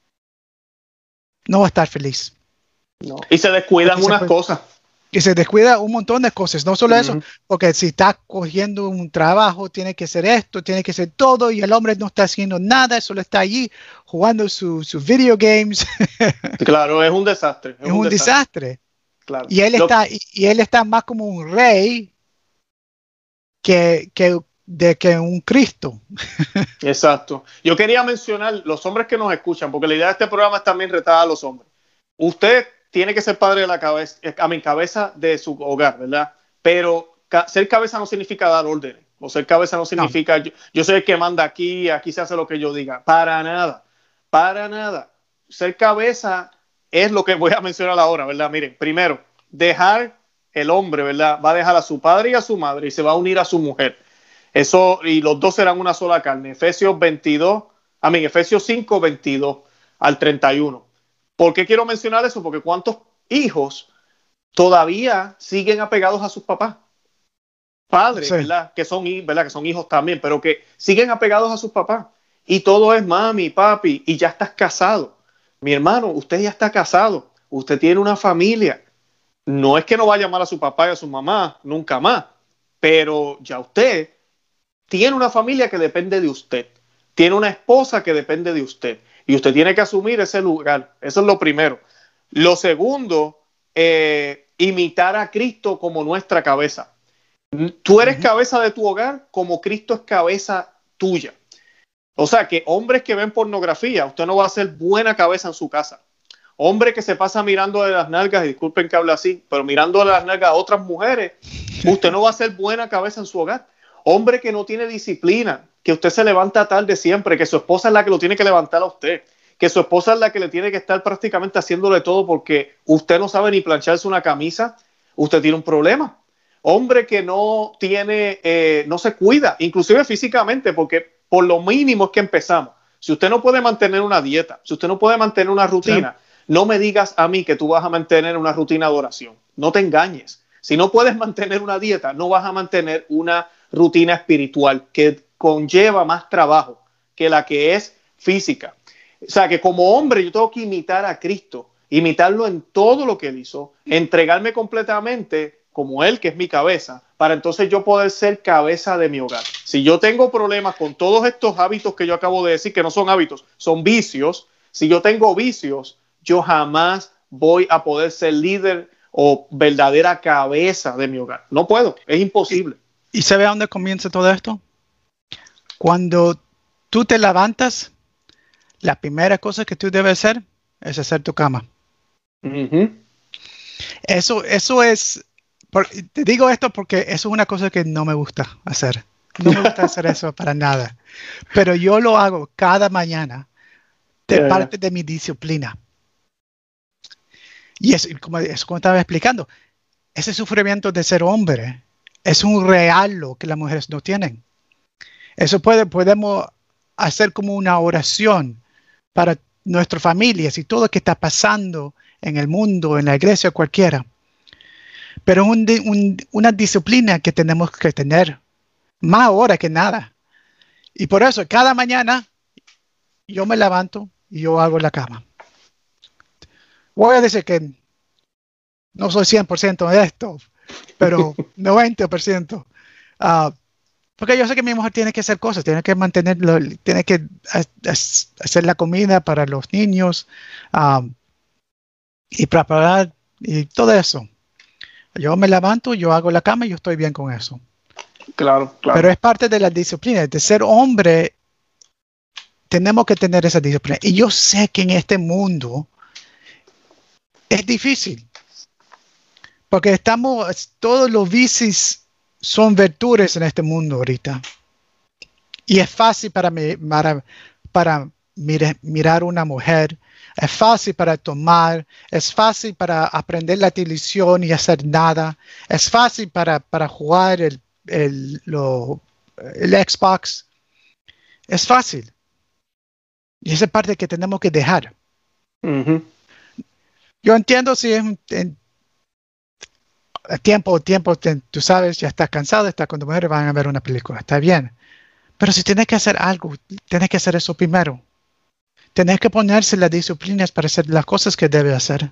S3: no va a estar feliz.
S2: No. Y se descuidan unas
S3: se,
S2: cosas.
S3: Y se descuida un montón de cosas. No solo uh-huh. eso, porque si está cogiendo un trabajo, tiene que hacer esto, tiene que hacer todo, y el hombre no está haciendo nada, solo está allí jugando sus su video games.
S2: Claro, es un desastre.
S3: Es, es un, un desastre. desastre.
S2: Claro.
S3: Y, él
S2: Lo...
S3: está, y, y él está más como un rey que, que, de que un Cristo.
S2: Exacto. Yo quería mencionar los hombres que nos escuchan, porque la idea de este programa es también retar a los hombres. Usted tiene que ser padre de la cabeza, a mi cabeza de su hogar, ¿verdad? Pero ca- ser cabeza no significa dar órdenes, o ser cabeza no significa no. Yo, yo soy el que manda aquí, aquí se hace lo que yo diga. Para nada, para nada. Ser cabeza es lo que voy a mencionar ahora, ¿verdad? Miren, primero, dejar el hombre, ¿verdad? Va a dejar a su padre y a su madre y se va a unir a su mujer. Eso, y los dos serán una sola carne. Efesios veintidós, a mí, Efesios cinco, veintidós al treinta y uno. ¿Por qué quiero mencionar eso? Porque ¿cuántos hijos todavía siguen apegados a sus papás? Padres, sí. ¿verdad? Que son, ¿verdad? Que son hijos también, pero que siguen apegados a sus papás. Y todo es mami, papi, y ya estás casado. Mi hermano, usted ya está casado. Usted tiene una familia. No es que no va a llamar a su papá y a su mamá, nunca más. Pero ya usted tiene una familia que depende de usted. Tiene una esposa que depende de usted. Y usted tiene que asumir ese lugar. Eso es lo primero. Lo segundo, eh, imitar a Cristo como nuestra cabeza. Tú eres uh-huh. cabeza de tu hogar como Cristo es cabeza tuya. O sea que hombres que ven pornografía, usted no va a ser buena cabeza en su casa. Hombre que se pasa mirando de las nalgas, y disculpen que hable así, pero mirando de las nalgas a otras mujeres, usted no va a ser buena cabeza en su hogar. Hombre que no tiene disciplina, que usted se levanta tarde siempre, que su esposa es la que lo tiene que levantar a usted, que su esposa es la que le tiene que estar prácticamente haciéndole todo porque usted no sabe ni plancharse una camisa, usted tiene un problema. Hombre que no tiene, eh, no se cuida, inclusive físicamente, porque por lo mínimo es que empezamos. Si usted no puede mantener una dieta, si usted no puede mantener una rutina, sí. no me digas a mí que tú vas a mantener una rutina de oración. No te engañes. Si no puedes mantener una dieta, no vas a mantener una rutina espiritual que conlleva más trabajo que la que es física. O sea que como hombre yo tengo que imitar a Cristo, imitarlo en todo lo que él hizo, entregarme completamente como él, que es mi cabeza, para entonces yo poder ser cabeza de mi hogar. Si yo tengo problemas con todos estos hábitos que yo acabo de decir, que no son hábitos, son vicios, si yo tengo vicios, yo jamás voy a poder ser líder o verdadera cabeza de mi hogar. No puedo, es imposible.
S3: ¿Y sabe a dónde comienza todo esto? Cuando tú te levantas, la primera cosa que tú debes hacer es hacer tu cama. Uh-huh. Eso, eso es, por, te digo esto porque eso es una cosa que no me gusta hacer. No me gusta hacer eso para nada. Pero yo lo hago cada mañana de yeah, parte yeah. de mi disciplina. Y es como, es como estaba explicando, ese sufrimiento de ser hombre es un regalo que las mujeres no tienen. Eso puede, podemos hacer como una oración para nuestras familias y todo lo que está pasando en el mundo, en la iglesia, cualquiera. Pero es un, un, una disciplina que tenemos que tener, más ahora que nada. Y por eso, cada mañana, yo me levanto y yo hago la cama. Voy a decir que no soy cien por ciento de esto, pero noventa por ciento. Uh, porque yo sé que mi mujer tiene que hacer cosas, tiene que mantenerlo, tiene que hacer la comida para los niños um, y preparar y todo eso. Yo me levanto, yo hago la cama y yo estoy bien con eso.
S2: Claro, claro.
S3: Pero es parte de la disciplina. De ser hombre, tenemos que tener esa disciplina. Y yo sé que en este mundo es difícil. Porque estamos, todos los vicios son virtudes en este mundo ahorita. Y es fácil para, mí, para, para mire, mirar una mujer. Es fácil para tomar. Es fácil para aprender la televisión y hacer nada. Es fácil para, para jugar el El, lo, el Xbox. Es fácil. Y esa parte que tenemos que dejar.
S2: Uh-huh.
S3: Yo entiendo si es en, en tiempo, tiempo, te, tú sabes, ya estás cansado, estás con tu mujer y van a ver una película. Está bien. Pero si tienes que hacer algo, tienes que hacer eso primero. Tienes que ponerse las disciplinas para hacer las cosas que debes hacer.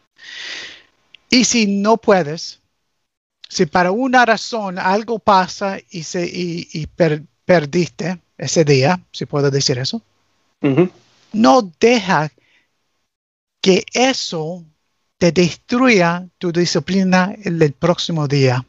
S3: Y si no puedes, si para una razón algo pasa y, se, y, y per, perdiste ese día, si puedo decir eso,
S2: uh-huh.
S3: no deja que eso te destruya tu disciplina el, el próximo día.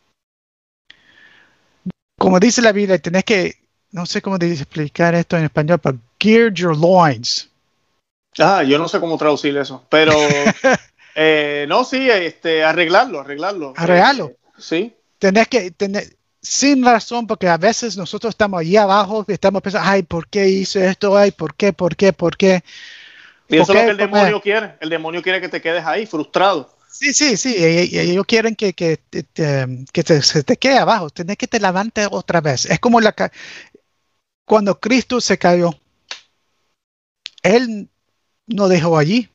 S3: Como dice la Biblia, tenés que, no sé cómo explicar esto en español, pero gird your loins.
S2: Ah, yo no sé cómo traducir eso, pero... Eh, no, sí, este, arreglarlo, arreglarlo.
S3: Arreglarlo.
S2: Eh, sí.
S3: Tenés que tener, sin razón, porque a veces nosotros estamos ahí abajo y estamos pensando, ay, ¿por qué hice esto? Ay, ¿por qué? ¿Por qué? ¿Por qué?
S2: Y eso
S3: ¿Por
S2: es
S3: qué?
S2: lo que el demonio quiere. El demonio quiere que te quedes ahí, frustrado.
S3: Sí, sí, sí. Y, y ellos quieren que, que, te, que te, se te quede abajo. Tenés que te levantes otra vez. Es como la cuando Cristo se cayó. Él no dejó allí.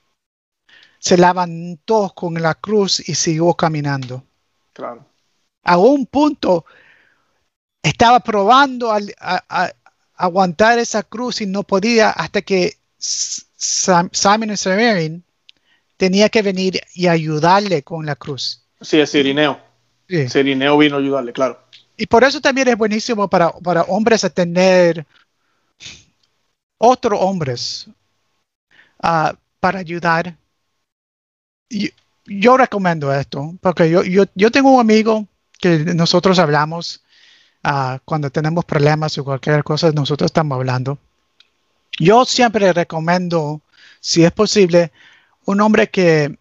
S3: Se levantó con la cruz y siguió caminando.
S2: Claro.
S3: A un punto estaba probando a, a, a aguantar esa cruz y no podía hasta que Sam, Simon y Samarin tenía que venir y ayudarle con la cruz.
S2: Sí, es Cirineo. Sí. Cirineo vino a ayudarle, claro.
S3: Y por eso también es buenísimo para, para hombres a tener otros hombres uh, para ayudar. Yo, yo recomiendo esto, porque yo, yo, yo tengo un amigo que nosotros hablamos uh, cuando tenemos problemas o cualquier cosa, nosotros estamos hablando. Yo siempre recomiendo, si es posible, un hombre que,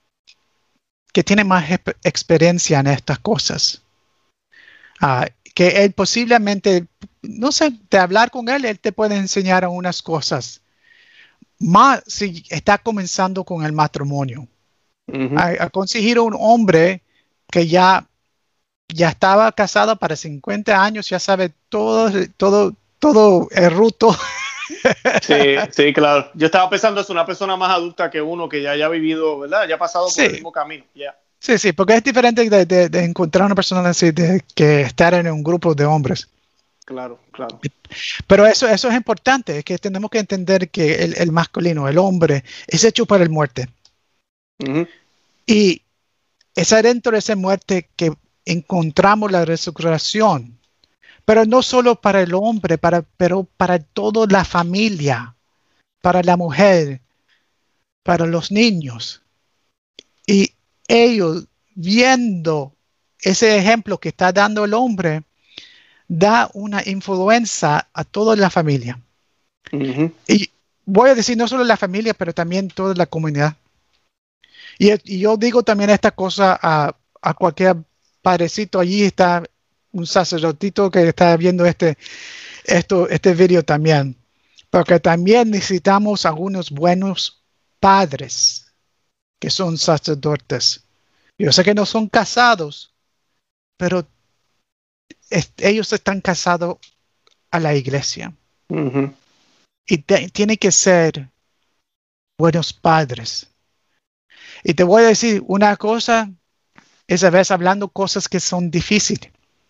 S3: que tiene más experiencia en estas cosas. Uh, que él posiblemente, no sé, de hablar con él, él te puede enseñar unas cosas. Más si está comenzando con el matrimonio. Uh-huh. A, a conseguir un hombre que ya, ya estaba casado para cincuenta años, ya sabe todo, todo, todo el ruto.
S2: Sí, sí, claro. Yo estaba pensando, es una persona más adulta que uno que ya haya vivido, ¿verdad? Ya ha pasado por sí. el mismo camino. Yeah.
S3: Sí, sí, porque es diferente de, de, de encontrar una persona así de, que estar en un grupo de hombres.
S2: Claro, claro.
S3: Pero eso, eso es importante, es que tenemos que entender que el, el masculino, el hombre, es hecho para el muerte. Uh-huh. Y es adentro de esa muerte que encontramos la resurrección. Pero no solo para el hombre, para, pero para toda la familia, para la mujer, para los niños. Y ellos, viendo ese ejemplo que está dando el hombre, da una influencia a toda la familia. Uh-huh. Y voy a decir no solo la familia, pero también toda la comunidad. Y, y yo digo también esta cosa a, a cualquier padrecito. Allí está un sacerdotito que está viendo este, esto, este video también. Porque también necesitamos algunos buenos padres que son sacerdotes. Yo sé que no son casados, pero es, ellos están casados a la iglesia. Uh-huh. Y te, tienen que ser buenos padres. Y te voy a decir una cosa, esa vez hablando cosas que son difíciles.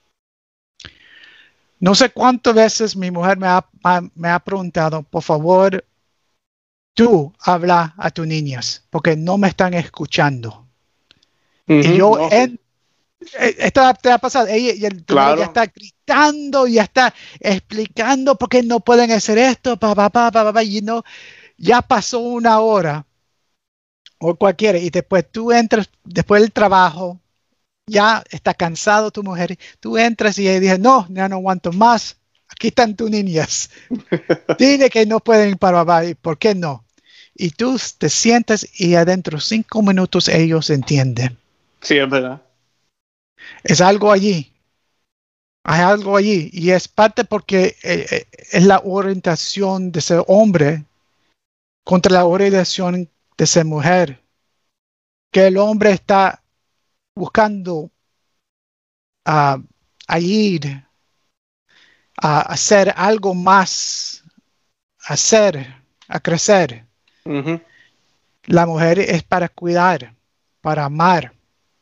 S3: No sé cuántas veces mi mujer me ha, me ha preguntado, por favor, tú habla a tus niñas, porque no me están escuchando. Uh-huh, y yo, no, en, esto te ha pasado, ella, ella claro. ya está gritando, ya está explicando por qué no pueden hacer esto, pa, pa, pa, pa, pa, y no, ya pasó una hora, o cualquiera, y después tú entras, después del trabajo, ya está cansado tu mujer, tú entras y ella dice, no, ya no aguanto más, aquí están tus niñas, dile que no pueden ir para abajo, ¿por qué no? Y tú te sientas y adentro cinco minutos ellos entienden.
S2: Sí, es verdad.
S3: Es algo allí. Hay algo allí. Y es parte porque eh, es la orientación de ser hombre contra la orientación de ser mujer. Que el hombre está buscando uh, a ir a hacer algo más, a hacer, a crecer.
S2: Uh-huh.
S3: La mujer es para cuidar, para amar.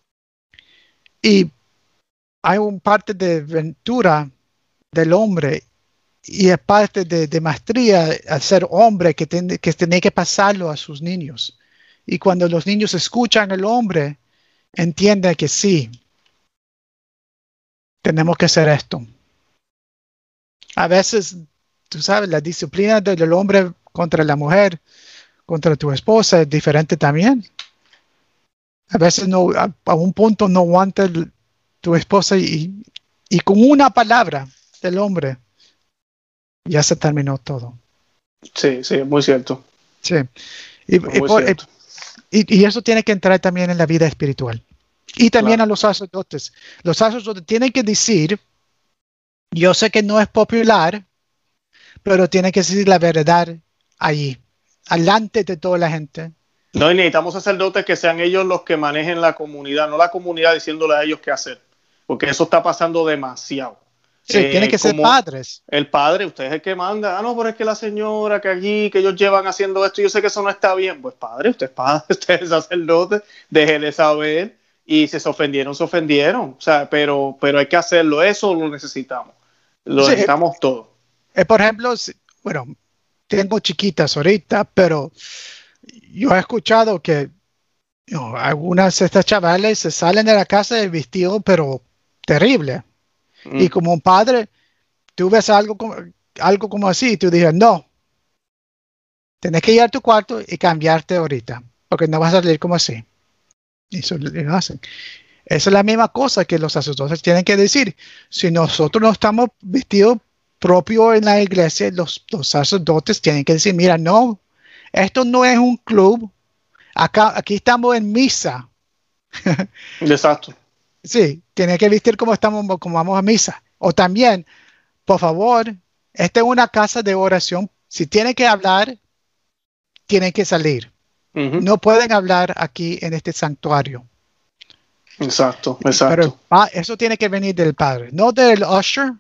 S3: Y hay una parte de aventura del hombre y es parte de, de maestría al ser hombre que tiene, que tiene que pasarlo a sus niños. Y cuando los niños escuchan al hombre, entienden que sí, tenemos que hacer esto. A veces, tú sabes, la disciplina del hombre contra la mujer, contra tu esposa es diferente también. A veces no, a, a un punto no aguanta el, tu esposa y, y con una palabra del hombre ya se terminó todo.
S2: Sí, sí, es muy cierto.
S3: Sí. Y,
S2: muy
S3: y, por,
S2: cierto.
S3: Y, y eso tiene que entrar también en la vida espiritual. Y también
S2: Claro.
S3: a los sacerdotes. Los sacerdotes tienen que decir, yo sé que no es popular, pero tienen que decir la verdad allí, delante de toda la gente.
S2: No, y necesitamos sacerdotes que sean ellos los que manejen la comunidad, no la comunidad diciéndole a ellos qué hacer, porque eso está pasando demasiado.
S3: Sí,
S2: eh,
S3: tienen que ser padres.
S2: El padre, usted es el que manda. Ah, no, pero es que la señora que allí, que ellos llevan haciendo esto, yo sé que eso no está bien. Pues padre, usted es padre, usted es sacerdote, déjele saber. Y si se ofendieron, se ofendieron. O sea, pero, pero hay que hacerlo, eso lo necesitamos. Lo
S3: Sí,
S2: necesitamos todo.
S3: Eh, por ejemplo, si, bueno, tengo chiquitas ahorita, pero yo he escuchado que you know, algunas de estas chavales se salen de la casa de vestido, pero terrible. Mm. Y como un padre, tú ves algo como, algo como así y tú dices, no, tienes que ir a tu cuarto y cambiarte ahorita, porque no vas a salir como así. Y eso lo hacen. Esa es la misma cosa que los sacerdotes tienen que decir. Si nosotros no estamos vestidos propio en la iglesia, los, los sacerdotes tienen que decir, mira, no, esto no es un club, acá, aquí estamos en misa.
S2: Exacto.
S3: Sí, tiene que vestir como estamos, como vamos a misa. O también, por favor, esta es una casa de oración. Si tienen que hablar, tienen que salir. Uh-huh. No pueden hablar aquí en este santuario.
S2: Exacto, exacto.
S3: Pero ah, eso tiene que venir del padre, no del usher,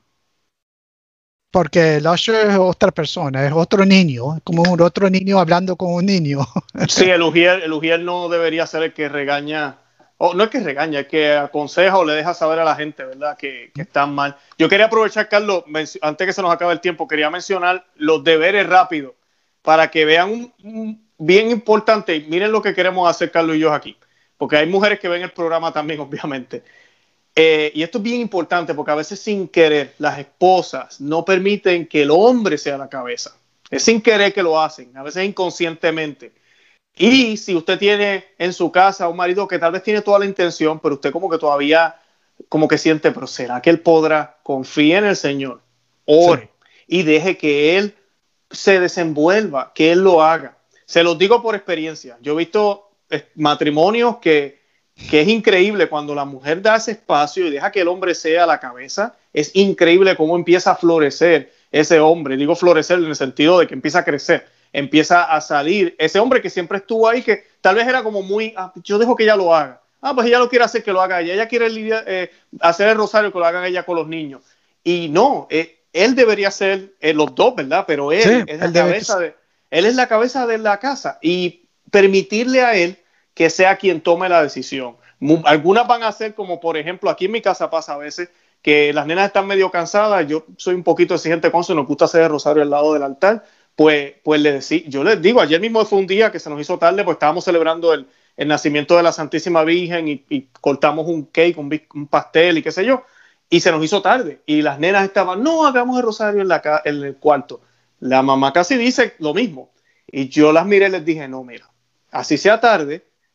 S3: porque el usher es otra persona, es otro niño, como un otro niño hablando con un niño.
S2: Sí, el ujier, el ujier no debería ser el que regaña. Oh, no es que regaña, es que aconseja o le deja saber a la gente, ¿verdad? Que, que están mal. Yo quería aprovechar, Carlos, antes que se nos acabe el tiempo, quería mencionar los deberes rápidos para que vean un, un bien importante. Y miren lo que queremos hacer, Carlos y yo aquí, porque hay mujeres que ven el programa también, obviamente. Eh, y esto es bien importante porque a veces sin querer las esposas no permiten que el hombre sea la cabeza. Es sin querer que lo hacen, a veces inconscientemente. Y si usted tiene en su casa un marido que tal vez tiene toda la intención, pero usted como que todavía como que siente, pero ¿será que él podrá? Confíe en el Señor, ore sí. Y deje que él se desenvuelva, que él lo haga. Se los digo por experiencia. Yo he visto eh, matrimonios que, que es increíble cuando la mujer da ese espacio y deja que el hombre sea la cabeza. Es increíble cómo empieza a florecer ese hombre. Digo florecer en el sentido de que empieza a crecer. Empieza a salir ese hombre que siempre estuvo ahí, que tal vez era como muy, ah, yo dejo que ella lo haga. Ah, pues ella lo quiere hacer, que lo haga ella. Ella quiere eh, hacer el rosario, que lo hagan ella con los niños. Y no, eh, él debería ser eh, los dos, ¿verdad? Pero él, sí, es la cabeza de, él es la cabeza de la casa y permitirle a él que sea quien tome la decisión. Algunas van a ser como, por ejemplo, aquí en mi casa pasa a veces que las nenas están medio cansadas. Yo soy un poquito exigente con eso, nos gusta hacer el rosario al lado del altar. Pues, pues le decí, yo les digo, ayer mismo fue un día que se nos hizo tarde, pues estábamos celebrando el, el nacimiento de la Santísima Virgen y, y cortamos un cake, un, un pastel y qué sé yo, y se nos hizo tarde. Y las nenas estaban, no, hagamos el rosario en, la, en el cuarto. La mamá casi dice lo mismo. Y yo las miré y les dije, no, mira, así sea tarde,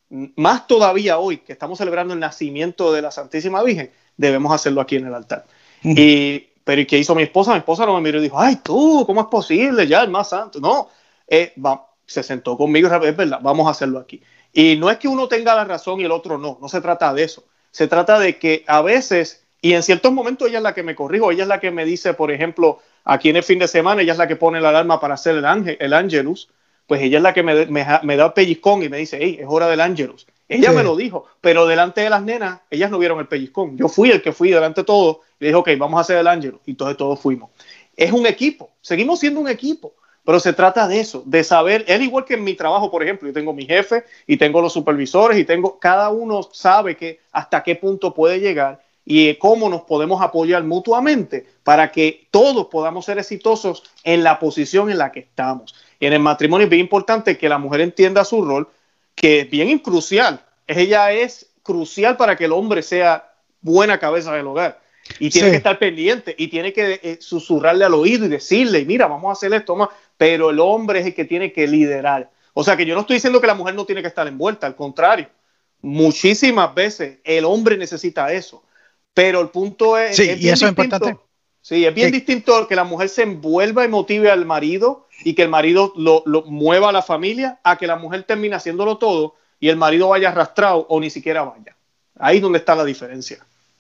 S2: más todavía hoy que estamos celebrando el nacimiento de la Santísima Virgen, debemos hacerlo aquí en el altar. Uh-huh. Y, pero ¿y qué hizo mi esposa? Mi esposa no me miró y dijo, ay, tú, ¿cómo es posible? Ya el más santo. No, eh, va, se sentó conmigo, es verdad, vamos a hacerlo aquí. Y no es que uno tenga la razón y el otro no, no se trata de eso. Se trata de que a veces, y en ciertos momentos ella es la que me corrijo, ella es la que me dice, por ejemplo, aquí en el fin de semana, ella es la que pone la alarma para hacer el, ángel, el Angelus, pues ella es la que me, me, me da el pellizcón y me dice, hey, es hora del Angelus. Ella sí. me lo dijo, pero delante de las nenas, ellas no vieron el pellizcón. Yo fui el que fui delante de todos y le dije, ok, vamos a hacer el Angelus. Y entonces todos fuimos. Es un equipo, seguimos siendo un equipo, pero se trata de eso, de saber, es igual que en mi trabajo, por ejemplo, yo tengo mi jefe y tengo los supervisores y tengo, cada uno sabe que hasta qué punto puede llegar y cómo nos podemos apoyar mutuamente para que todos podamos ser exitosos en la posición en la que estamos. Y en el matrimonio es bien importante que la mujer entienda su rol, que es bien crucial. Ella es crucial para que el hombre sea buena cabeza del hogar. Y tiene sí. que estar pendiente y tiene que eh, susurrarle al oído y decirle, mira, vamos a hacer esto más. Pero el hombre es el que tiene que liderar. O sea que yo no estoy diciendo que la mujer no tiene que estar envuelta, al contrario. Muchísimas veces el hombre necesita eso. Pero el punto es...
S3: Sí,
S2: es
S3: y eso es importante.
S2: Sí, es bien
S3: sí.
S2: distinto que la mujer se envuelva y motive al marido y que el marido lo, lo mueva a la familia a que la mujer termine haciéndolo todo y el marido vaya arrastrado o ni siquiera vaya. Ahí es donde está la diferencia.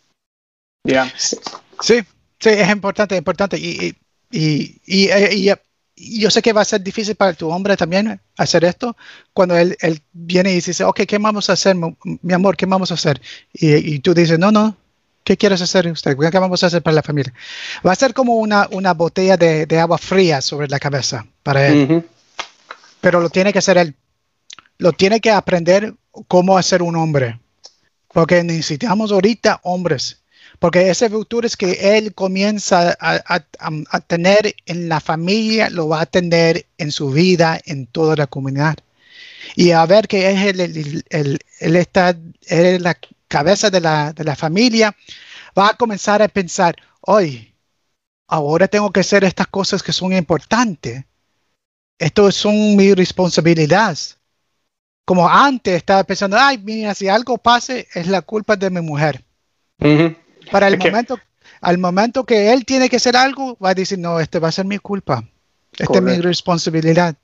S2: Yeah.
S3: Sí, sí, es importante, es importante. Y, y, y, y, y, y yo sé que va a ser difícil para tu hombre también hacer esto cuando él, él viene y dice, ok, ¿qué vamos a hacer, mi amor? ¿Qué vamos a hacer? Y, y tú dices, no, no. ¿Qué quieres hacer usted? ¿Qué vamos a hacer para la familia? Va a ser como una, una botella de, de agua fría sobre la cabeza para él. Uh-huh. Pero lo tiene que hacer él. Lo tiene que aprender cómo hacer un hombre. Porque necesitamos ahorita hombres. Porque ese futuro es que él comienza a, a, a tener en la familia, lo va a tener en su vida, en toda la comunidad. Y a ver que es el, el, el, él está, él es la cabeza de la, de la familia, va a comenzar a pensar, hoy, ahora tengo que hacer estas cosas que son importantes. Esto son mi responsabilidad. Como antes estaba pensando, ay, mira, si algo pase, es la culpa de mi mujer. Uh-huh. Para el es momento, que... al momento que él tiene que hacer algo, va a decir, no, este va a ser mi culpa. Esta Correcto. Es mi responsabilidad.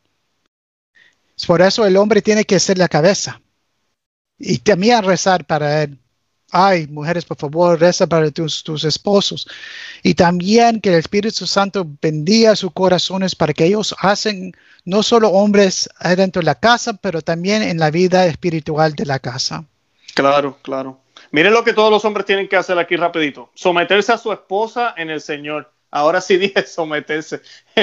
S3: Por eso el hombre tiene que ser la cabeza. Y también rezar para él. Ay, mujeres, por favor, reza para tus, tus esposos. Y también que el Espíritu Santo bendiga sus corazones para que ellos hacen no solo hombres dentro de la casa, pero también en la vida espiritual de la casa.
S2: Claro, claro. Miren lo que todos los hombres tienen que hacer aquí rapidito. Someterse a su esposa en el Señor. Ahora sí dije someterse.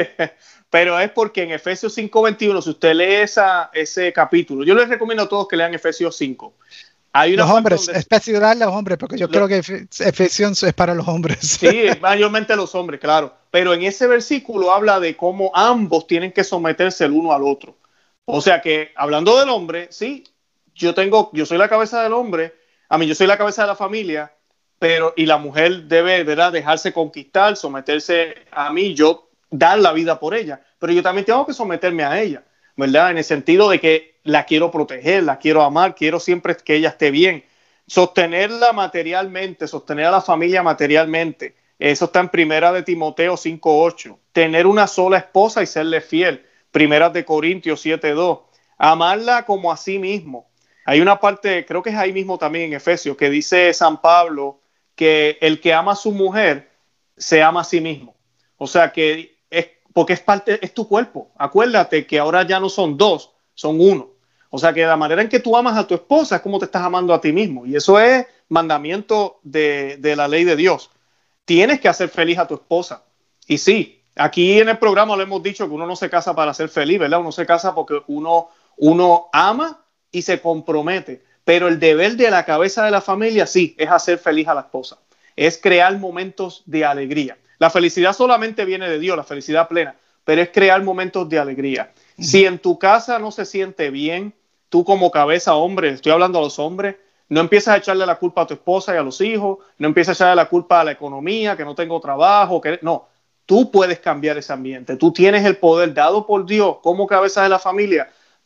S2: Pero es porque en Efesios cinco veintiuno, si usted lee esa, ese capítulo, yo les recomiendo a todos que lean Efesios cinco. Hay una
S3: los hombres, donde... especialmente los hombres, porque yo lo... creo que Efesios es para los hombres.
S2: Sí, mayormente los hombres, claro. Pero en ese versículo habla de cómo ambos tienen que someterse el uno al otro. O sea que, hablando del hombre, sí, yo tengo, yo soy la cabeza del hombre, a mí yo soy la cabeza de la familia, pero y la mujer debe, ¿verdad?, dejarse conquistar, someterse a mí, yo dar la vida por ella, pero yo también tengo que someterme a ella, ¿verdad? En el sentido de que la quiero proteger, la quiero amar, quiero siempre que ella esté bien, sostenerla materialmente, sostener a la familia materialmente. Eso está en Primera de Timoteo cinco ocho. Tener una sola esposa y serle fiel. Primera de Corintios siete dos. Amarla como a sí mismo. Hay una parte, creo que es ahí mismo también en Efesios, que dice San Pablo que el que ama a su mujer se ama a sí mismo. O sea que es porque es parte, es tu cuerpo. Acuérdate que ahora ya no son dos, son uno. O sea que la manera en que tú amas a tu esposa es como te estás amando a ti mismo. Y eso es mandamiento de, de la ley de Dios. Tienes que hacer feliz a tu esposa. Y sí, aquí en el programa le hemos dicho que uno no se casa para ser feliz, ¿verdad? Uno se casa porque uno, uno ama y se compromete. Pero el deber de la cabeza de la familia, sí, es hacer feliz a la esposa. Es crear momentos de alegría. La felicidad solamente viene de Dios, la felicidad plena, pero es crear momentos de alegría. Uh-huh. Si en tu casa no se siente bien, tú como cabeza hombre, estoy hablando a los hombres, no empiezas a echarle la culpa a tu esposa y a los hijos, no empiezas a echarle la culpa a la economía, que no tengo trabajo, que no. Tú puedes cambiar ese ambiente. Tú tienes el poder dado por Dios como cabeza de la familia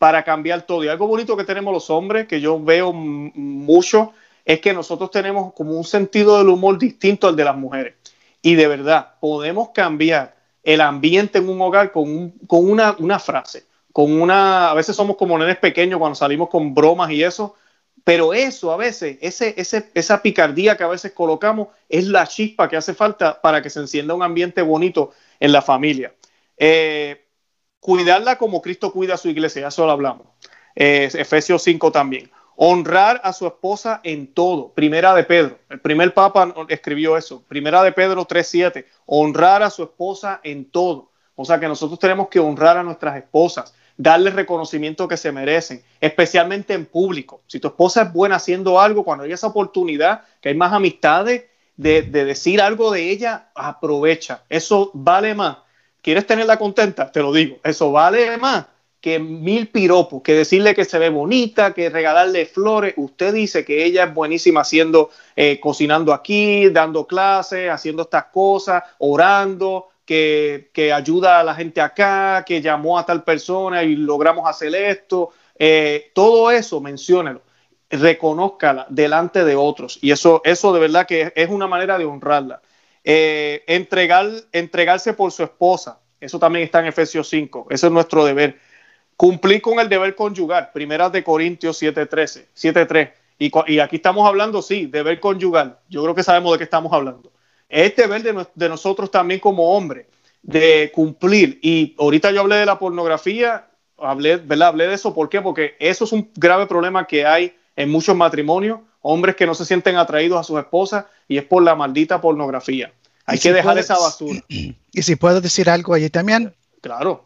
S2: para cambiar todo. Y algo bonito que tenemos los hombres, que yo veo m- mucho, es que nosotros tenemos como un sentido del humor distinto al de las mujeres. Y de verdad, podemos cambiar el ambiente en un hogar con, un, con una, una frase, con una, a veces somos como nenes pequeños cuando salimos con bromas y eso, pero eso a veces, ese, ese, esa picardía que a veces colocamos es la chispa que hace falta para que se encienda un ambiente bonito en la familia. Eh, cuidarla como Cristo cuida a su iglesia, ya eso lo hablamos. Eh, Efesios cinco también. Honrar a su esposa en todo. Primera de Pedro. El primer papa escribió eso. Primera de Pedro tres siete. Honrar a su esposa en todo. O sea que nosotros tenemos que honrar a nuestras esposas, darles reconocimiento que se merecen, especialmente en público. Si tu esposa es buena haciendo algo, cuando haya esa oportunidad, que hay más amistades, de, de decir algo de ella, aprovecha. Eso vale más. ¿Quieres tenerla contenta? Te lo digo. Eso vale más que mil piropos, que decirle que se ve bonita, que regalarle flores. Usted dice que ella es buenísima haciendo, eh, cocinando aquí, dando clases, haciendo estas cosas, orando, que, que ayuda a la gente acá, que llamó a tal persona y logramos hacer esto. Eh, todo eso, menciónelo. Reconózcala delante de otros. Y eso, eso de verdad que es, es una manera de honrarla. Eh, entregar, entregarse por su esposa, eso también está en Efesios cinco, eso es nuestro deber. Cumplir con el deber conyugal, Primera de Corintios siete trece, siete tres, y, y aquí estamos hablando, sí, deber conyugal, yo creo que sabemos de qué estamos hablando. Es deber de, de nosotros también como hombres, de cumplir, y ahorita yo hablé de la pornografía, hablé, ¿verdad? Hablé de eso, ¿por qué? Porque eso es un grave problema que hay en muchos matrimonios, hombres que no se sienten atraídos a sus esposas, y es por la maldita pornografía. Hay que dejar esa basura.
S3: Y si puedo decir algo allí también.
S2: Claro.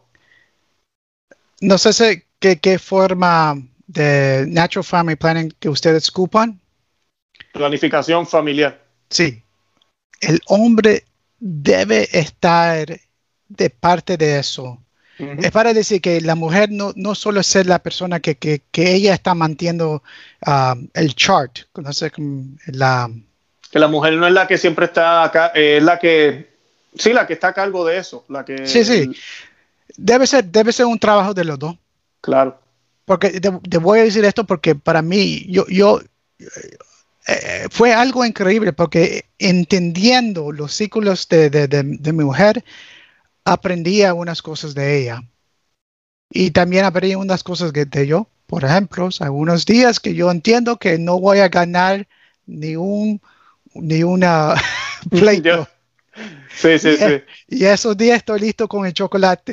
S3: No sé si, qué, qué forma de Natural Family Planning que ustedes ocupan.
S2: Planificación familiar.
S3: Sí. El hombre debe estar de parte de eso. Uh-huh. Es para decir que la mujer no, no solo es ser la persona que, que, que ella está manteniendo uh, el chart. No sé, la...
S2: Que la mujer no es la que siempre está acá, es la que, sí, la que está a cargo de eso. La que,
S3: sí, sí. Debe ser, debe ser un trabajo de los dos.
S2: Claro.
S3: Porque te, te voy a decir esto porque para mí, yo, yo eh, fue algo increíble porque entendiendo los ciclos de, de, de, de mi mujer, aprendí algunas cosas de ella. Y también aprendí unas cosas de, de yo. Por ejemplo, algunos días que yo entiendo que no voy a ganar ni un ni una pleito.
S2: Sí, sí,
S3: y,
S2: sí.
S3: Y esos días estoy listo con el chocolate.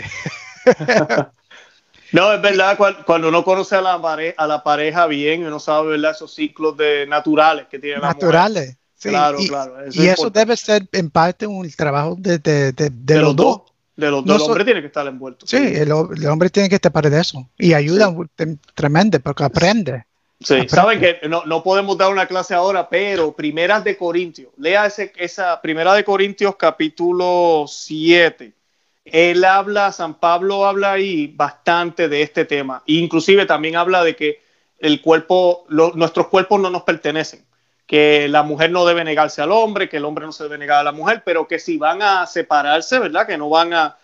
S2: No, es verdad, cuando uno conoce a la, pare a la pareja bien, uno sabe, ¿verdad? Esos ciclos de naturales que tiene la mujer.
S3: Naturales, sí.
S2: Claro,
S3: y,
S2: claro. Eso
S3: y eso debe ser en parte un trabajo de, de, de, de, de los dos. dos.
S2: De los dos, no el hombre so tiene que estar envuelto.
S3: Sí, el, el hombre tiene que estar parte de eso. Y ayuda sí. tremendo porque aprende.
S2: Sí, aprende. Saben que no, no podemos dar una clase ahora, pero Primeras de Corintios, lea ese, esa Primera de Corintios capítulo siete. Él habla, San Pablo habla ahí bastante de este tema. Inclusive también habla de que el cuerpo, lo, nuestros cuerpos no nos pertenecen, que la mujer no debe negarse al hombre, que el hombre no se debe negar a la mujer, pero que si van a separarse, ¿verdad? Que no van a,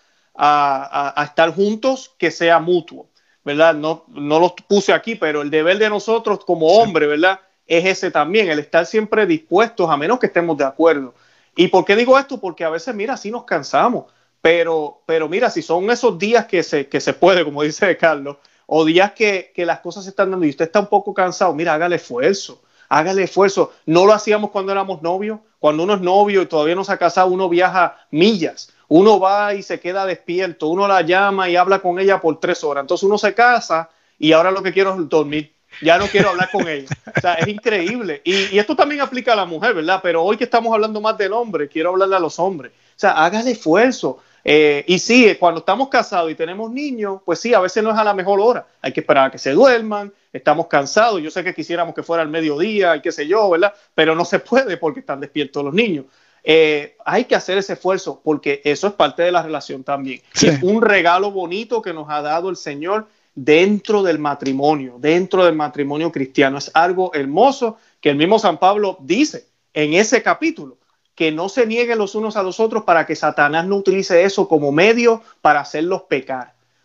S2: a, a estar juntos, que sea mutuo, ¿verdad? No, no los puse aquí, pero el deber de nosotros como hombres, ¿verdad? Es ese también, el estar siempre dispuestos, a menos que estemos de acuerdo. ¿Y por qué digo esto? Porque a veces, mira, sí nos cansamos, pero, pero mira, si son esos días que se, que se puede, como dice Carlos, o días que, que las cosas se están dando y usted está un poco cansado, mira, hágale esfuerzo. Hágale esfuerzo. No lo hacíamos cuando éramos novios. Cuando uno es novio y todavía no se ha casado, uno viaja millas. Uno va y se queda despierto. Uno la llama y habla con ella por tres horas. Entonces uno se casa y ahora lo que quiero es dormir. Ya no quiero hablar con ella. O sea, es increíble. Y, y esto también aplica a la mujer, ¿verdad? Pero hoy que estamos hablando más del hombre, quiero hablarle a los hombres. O sea, hágale esfuerzo. Eh, y sí, cuando estamos casados y tenemos niños, pues sí, a veces no es a la mejor hora. Hay que esperar a que se duerman. Estamos cansados, yo sé que quisiéramos que fuera al mediodía y qué sé yo, ¿verdad? Pero no se puede porque están despiertos los niños. Eh, hay que hacer ese esfuerzo porque eso es parte de la relación también. Sí. Es un regalo bonito que nos ha dado el Señor dentro del matrimonio, dentro del matrimonio cristiano. Es algo hermoso que el mismo San Pablo dice en ese capítulo, que no se nieguen los unos a los otros para que Satanás no utilice eso como medio para hacerlos pecar.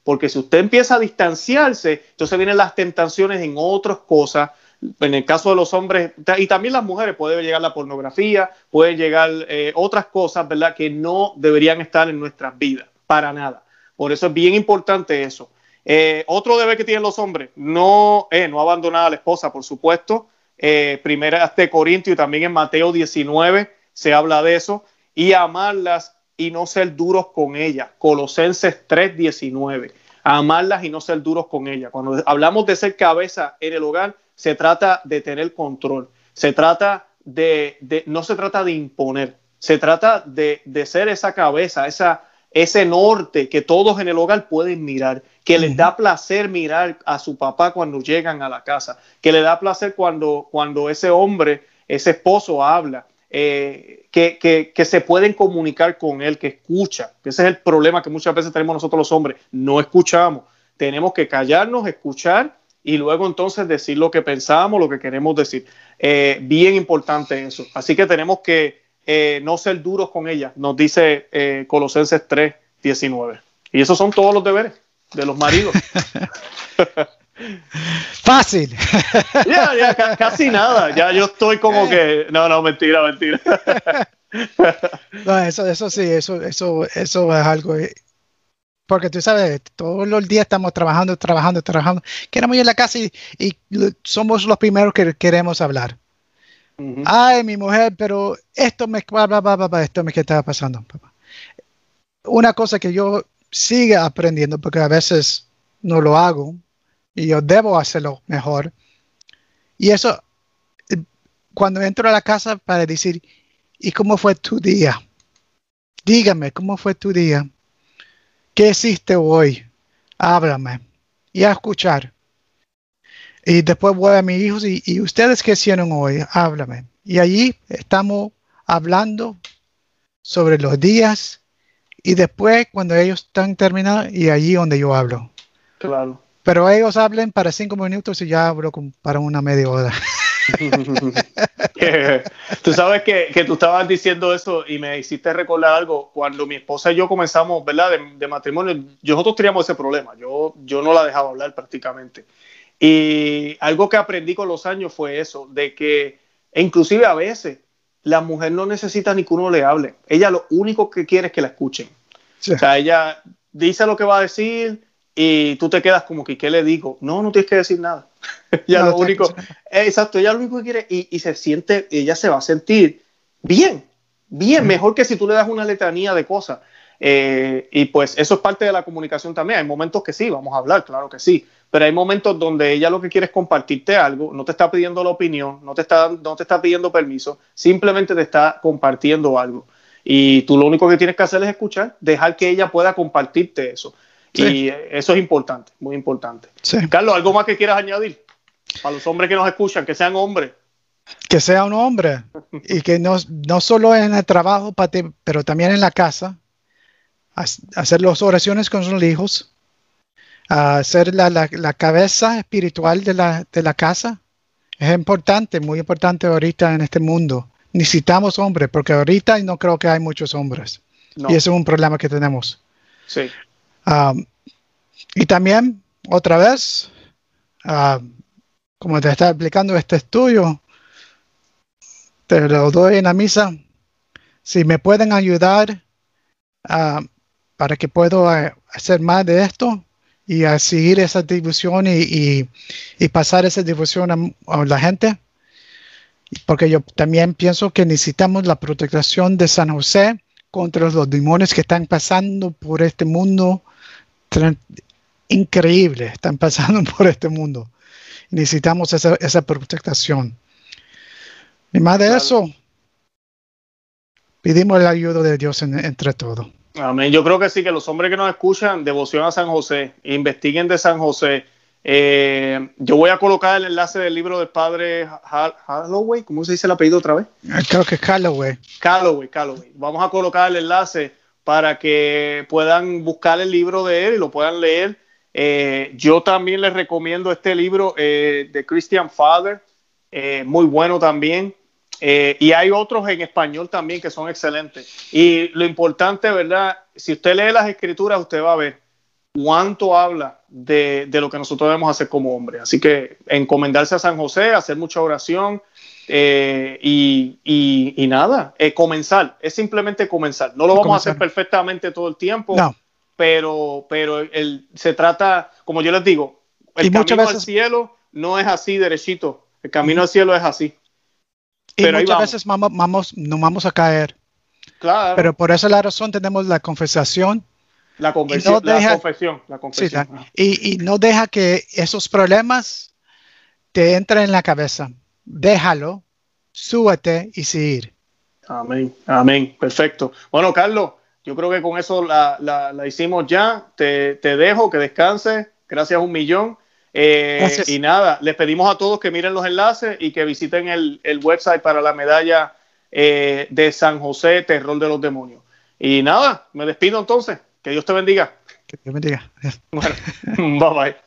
S2: porque si usted empieza a distanciarse, entonces vienen las tentaciones en otras cosas. En el caso de los hombres y también las mujeres, puede llegar la pornografía, pueden llegar eh, otras cosas, ¿verdad?, que no deberían estar en nuestras vidas, para nada. Por eso es bien importante eso. Eh, otro deber que tienen los hombres, no, eh, no abandonar a la esposa, por supuesto. Eh, primera de Corintios y también en Mateo diecinueve se habla de eso, y amarlas y no ser duros con ellas. Colosenses tres diecinueve, amarlas y no ser duros con ellas. Cuando hablamos de ser cabeza en el hogar, se trata de tener control, se trata de, de no se trata de imponer, se trata de, de ser esa cabeza, esa, ese norte que todos en el hogar pueden mirar, que uh-huh. les da placer mirar a su papá cuando llegan a la casa, que le da placer cuando, cuando ese hombre, ese esposo habla, eh, que, que, que se pueden comunicar con él, que escucha. Ese es el problema que muchas veces tenemos nosotros los hombres, no escuchamos, tenemos que callarnos, escuchar y luego entonces decir lo que pensamos, lo que queremos decir. Eh, bien importante eso. Así que tenemos que eh, no ser duros con ella, nos dice eh, Colosenses tres diecinueve. Y esos son todos los deberes de los maridos.
S3: Fácil.
S2: Ya, ya, ca- casi nada. Ya yo estoy como que... No, no, mentira, mentira.
S3: No, eso, eso sí, eso, eso, eso es algo... Porque tú sabes, todos los días estamos trabajando, trabajando, trabajando. Queremos ir a la casa y, y somos los primeros que queremos hablar. Uh-huh. Ay, mi mujer, pero esto me, bla, bla, bla, bla, esto me ¿qué estaba pasando, papá? Una cosa que yo sigo aprendiendo, porque a veces no lo hago y yo debo hacerlo mejor. Y eso, cuando entro a la casa para decir, ¿y cómo fue tu día? Dígame, ¿cómo fue tu día? ¿Qué hiciste hoy? Háblame. Y a escuchar. Y después voy a mis hijos y, y ustedes qué hicieron hoy, háblame. Y allí estamos hablando sobre los días y después cuando ellos están terminados y allí donde yo hablo.
S2: Claro.
S3: Pero ellos hablen para cinco minutos y ya hablo con, para una media hora.
S2: Tú sabes que, que tú estabas diciendo eso y me hiciste recordar algo. Cuando mi esposa y yo comenzamos, ¿verdad?, de, de matrimonio, nosotros teníamos ese problema. Yo, yo no la dejaba hablar prácticamente. Y algo que aprendí con los años fue eso, de que inclusive a veces la mujer no necesita ni que uno le hable. Ella lo único que quiere es que la escuchen. Sí. O sea, ella dice lo que va a decir y tú te quedas como que, ¿qué le digo? No, no tienes que decir nada. ella no, lo único, eh, exacto, ella lo único que quiere y, y se siente, ella se va a sentir bien, bien, mm. mejor que si tú le das una letanía de cosas. Eh, y pues eso es parte de la comunicación también. Hay momentos que sí, vamos a hablar, claro que sí, pero hay momentos donde ella lo que quiere es compartirte algo, no te está pidiendo la opinión, no te está, no te está pidiendo permiso, simplemente te está compartiendo algo. Y tú lo único que tienes que hacer es escuchar, dejar que ella pueda compartirte eso. Sí. Y eso es importante, muy importante. Sí. Carlos, ¿algo más que quieras añadir? Para los hombres que nos escuchan, que sean hombres.
S3: Que sea un hombre y que no, no solo en el trabajo, pero también en la casa, hacer las oraciones con sus hijos, hacer la, la, la cabeza espiritual de la, de la casa. Es importante, muy importante ahorita en este mundo. Necesitamos hombres, porque ahorita no creo que hay muchos hombres. No. Y eso es un problema que tenemos.
S2: Sí.
S3: Um, y también, otra vez, uh, como te está explicando este estudio, te lo doy en la misa. Si me pueden ayudar uh, para que pueda uh, hacer más de esto y a uh, seguir esa difusión y, y, y pasar esa difusión a, a la gente, porque yo también pienso que necesitamos la protección de San José contra los demonios que están pasando por este mundo. Increíble, están pasando por este mundo. Necesitamos esa, esa protección. Y más de claro. eso, pedimos la ayuda de Dios en, entre todos.
S2: Amén. Yo creo que sí, que los hombres que nos escuchan, devoción a San José, investiguen de San José. Eh, yo voy a colocar el enlace del libro del padre Calloway. ¿Cómo se dice el apellido otra vez?
S3: Creo que es Calloway.
S2: Calloway, Calloway. Vamos a colocar el enlace para que puedan buscar el libro de él y lo puedan leer. Eh, yo también les recomiendo este libro eh, de Christian Father, eh, muy bueno también. Eh, y hay otros en español también que son excelentes. Y lo importante, ¿verdad? Si usted lee las escrituras, usted va a ver cuánto habla de, de lo que nosotros debemos hacer como hombres. Así que encomendarse a San José, hacer mucha oración eh, y, y, y nada, eh, comenzar, es simplemente comenzar. No lo vamos comenzar. a hacer perfectamente todo el tiempo, no. pero, pero el, se trata, como yo les digo, el y camino veces, al cielo no es así derechito, el camino uh-huh. al cielo es así.
S3: Y pero muchas veces vamos, vamos, no vamos a caer.
S2: Claro.
S3: Pero por esa la razón tenemos la confesación.
S2: La, conversión, no deja, la confesión. La confesión.
S3: Sí, y, y no deja que esos problemas te entren en la cabeza. Déjalo, súbete y seguir.
S2: Amén, amén. Perfecto. Bueno, Carlos, yo creo que con eso la, la, la hicimos ya. Te, te dejo, que descanses. Gracias un millón. Eh, y nada, les pedimos a todos que miren los enlaces y que visiten el, el website para la medalla eh, de San José, Terror de los Demonios. Y nada, me despido entonces. Que Dios te bendiga.
S3: Que Dios bendiga.
S2: Bueno, bye bye.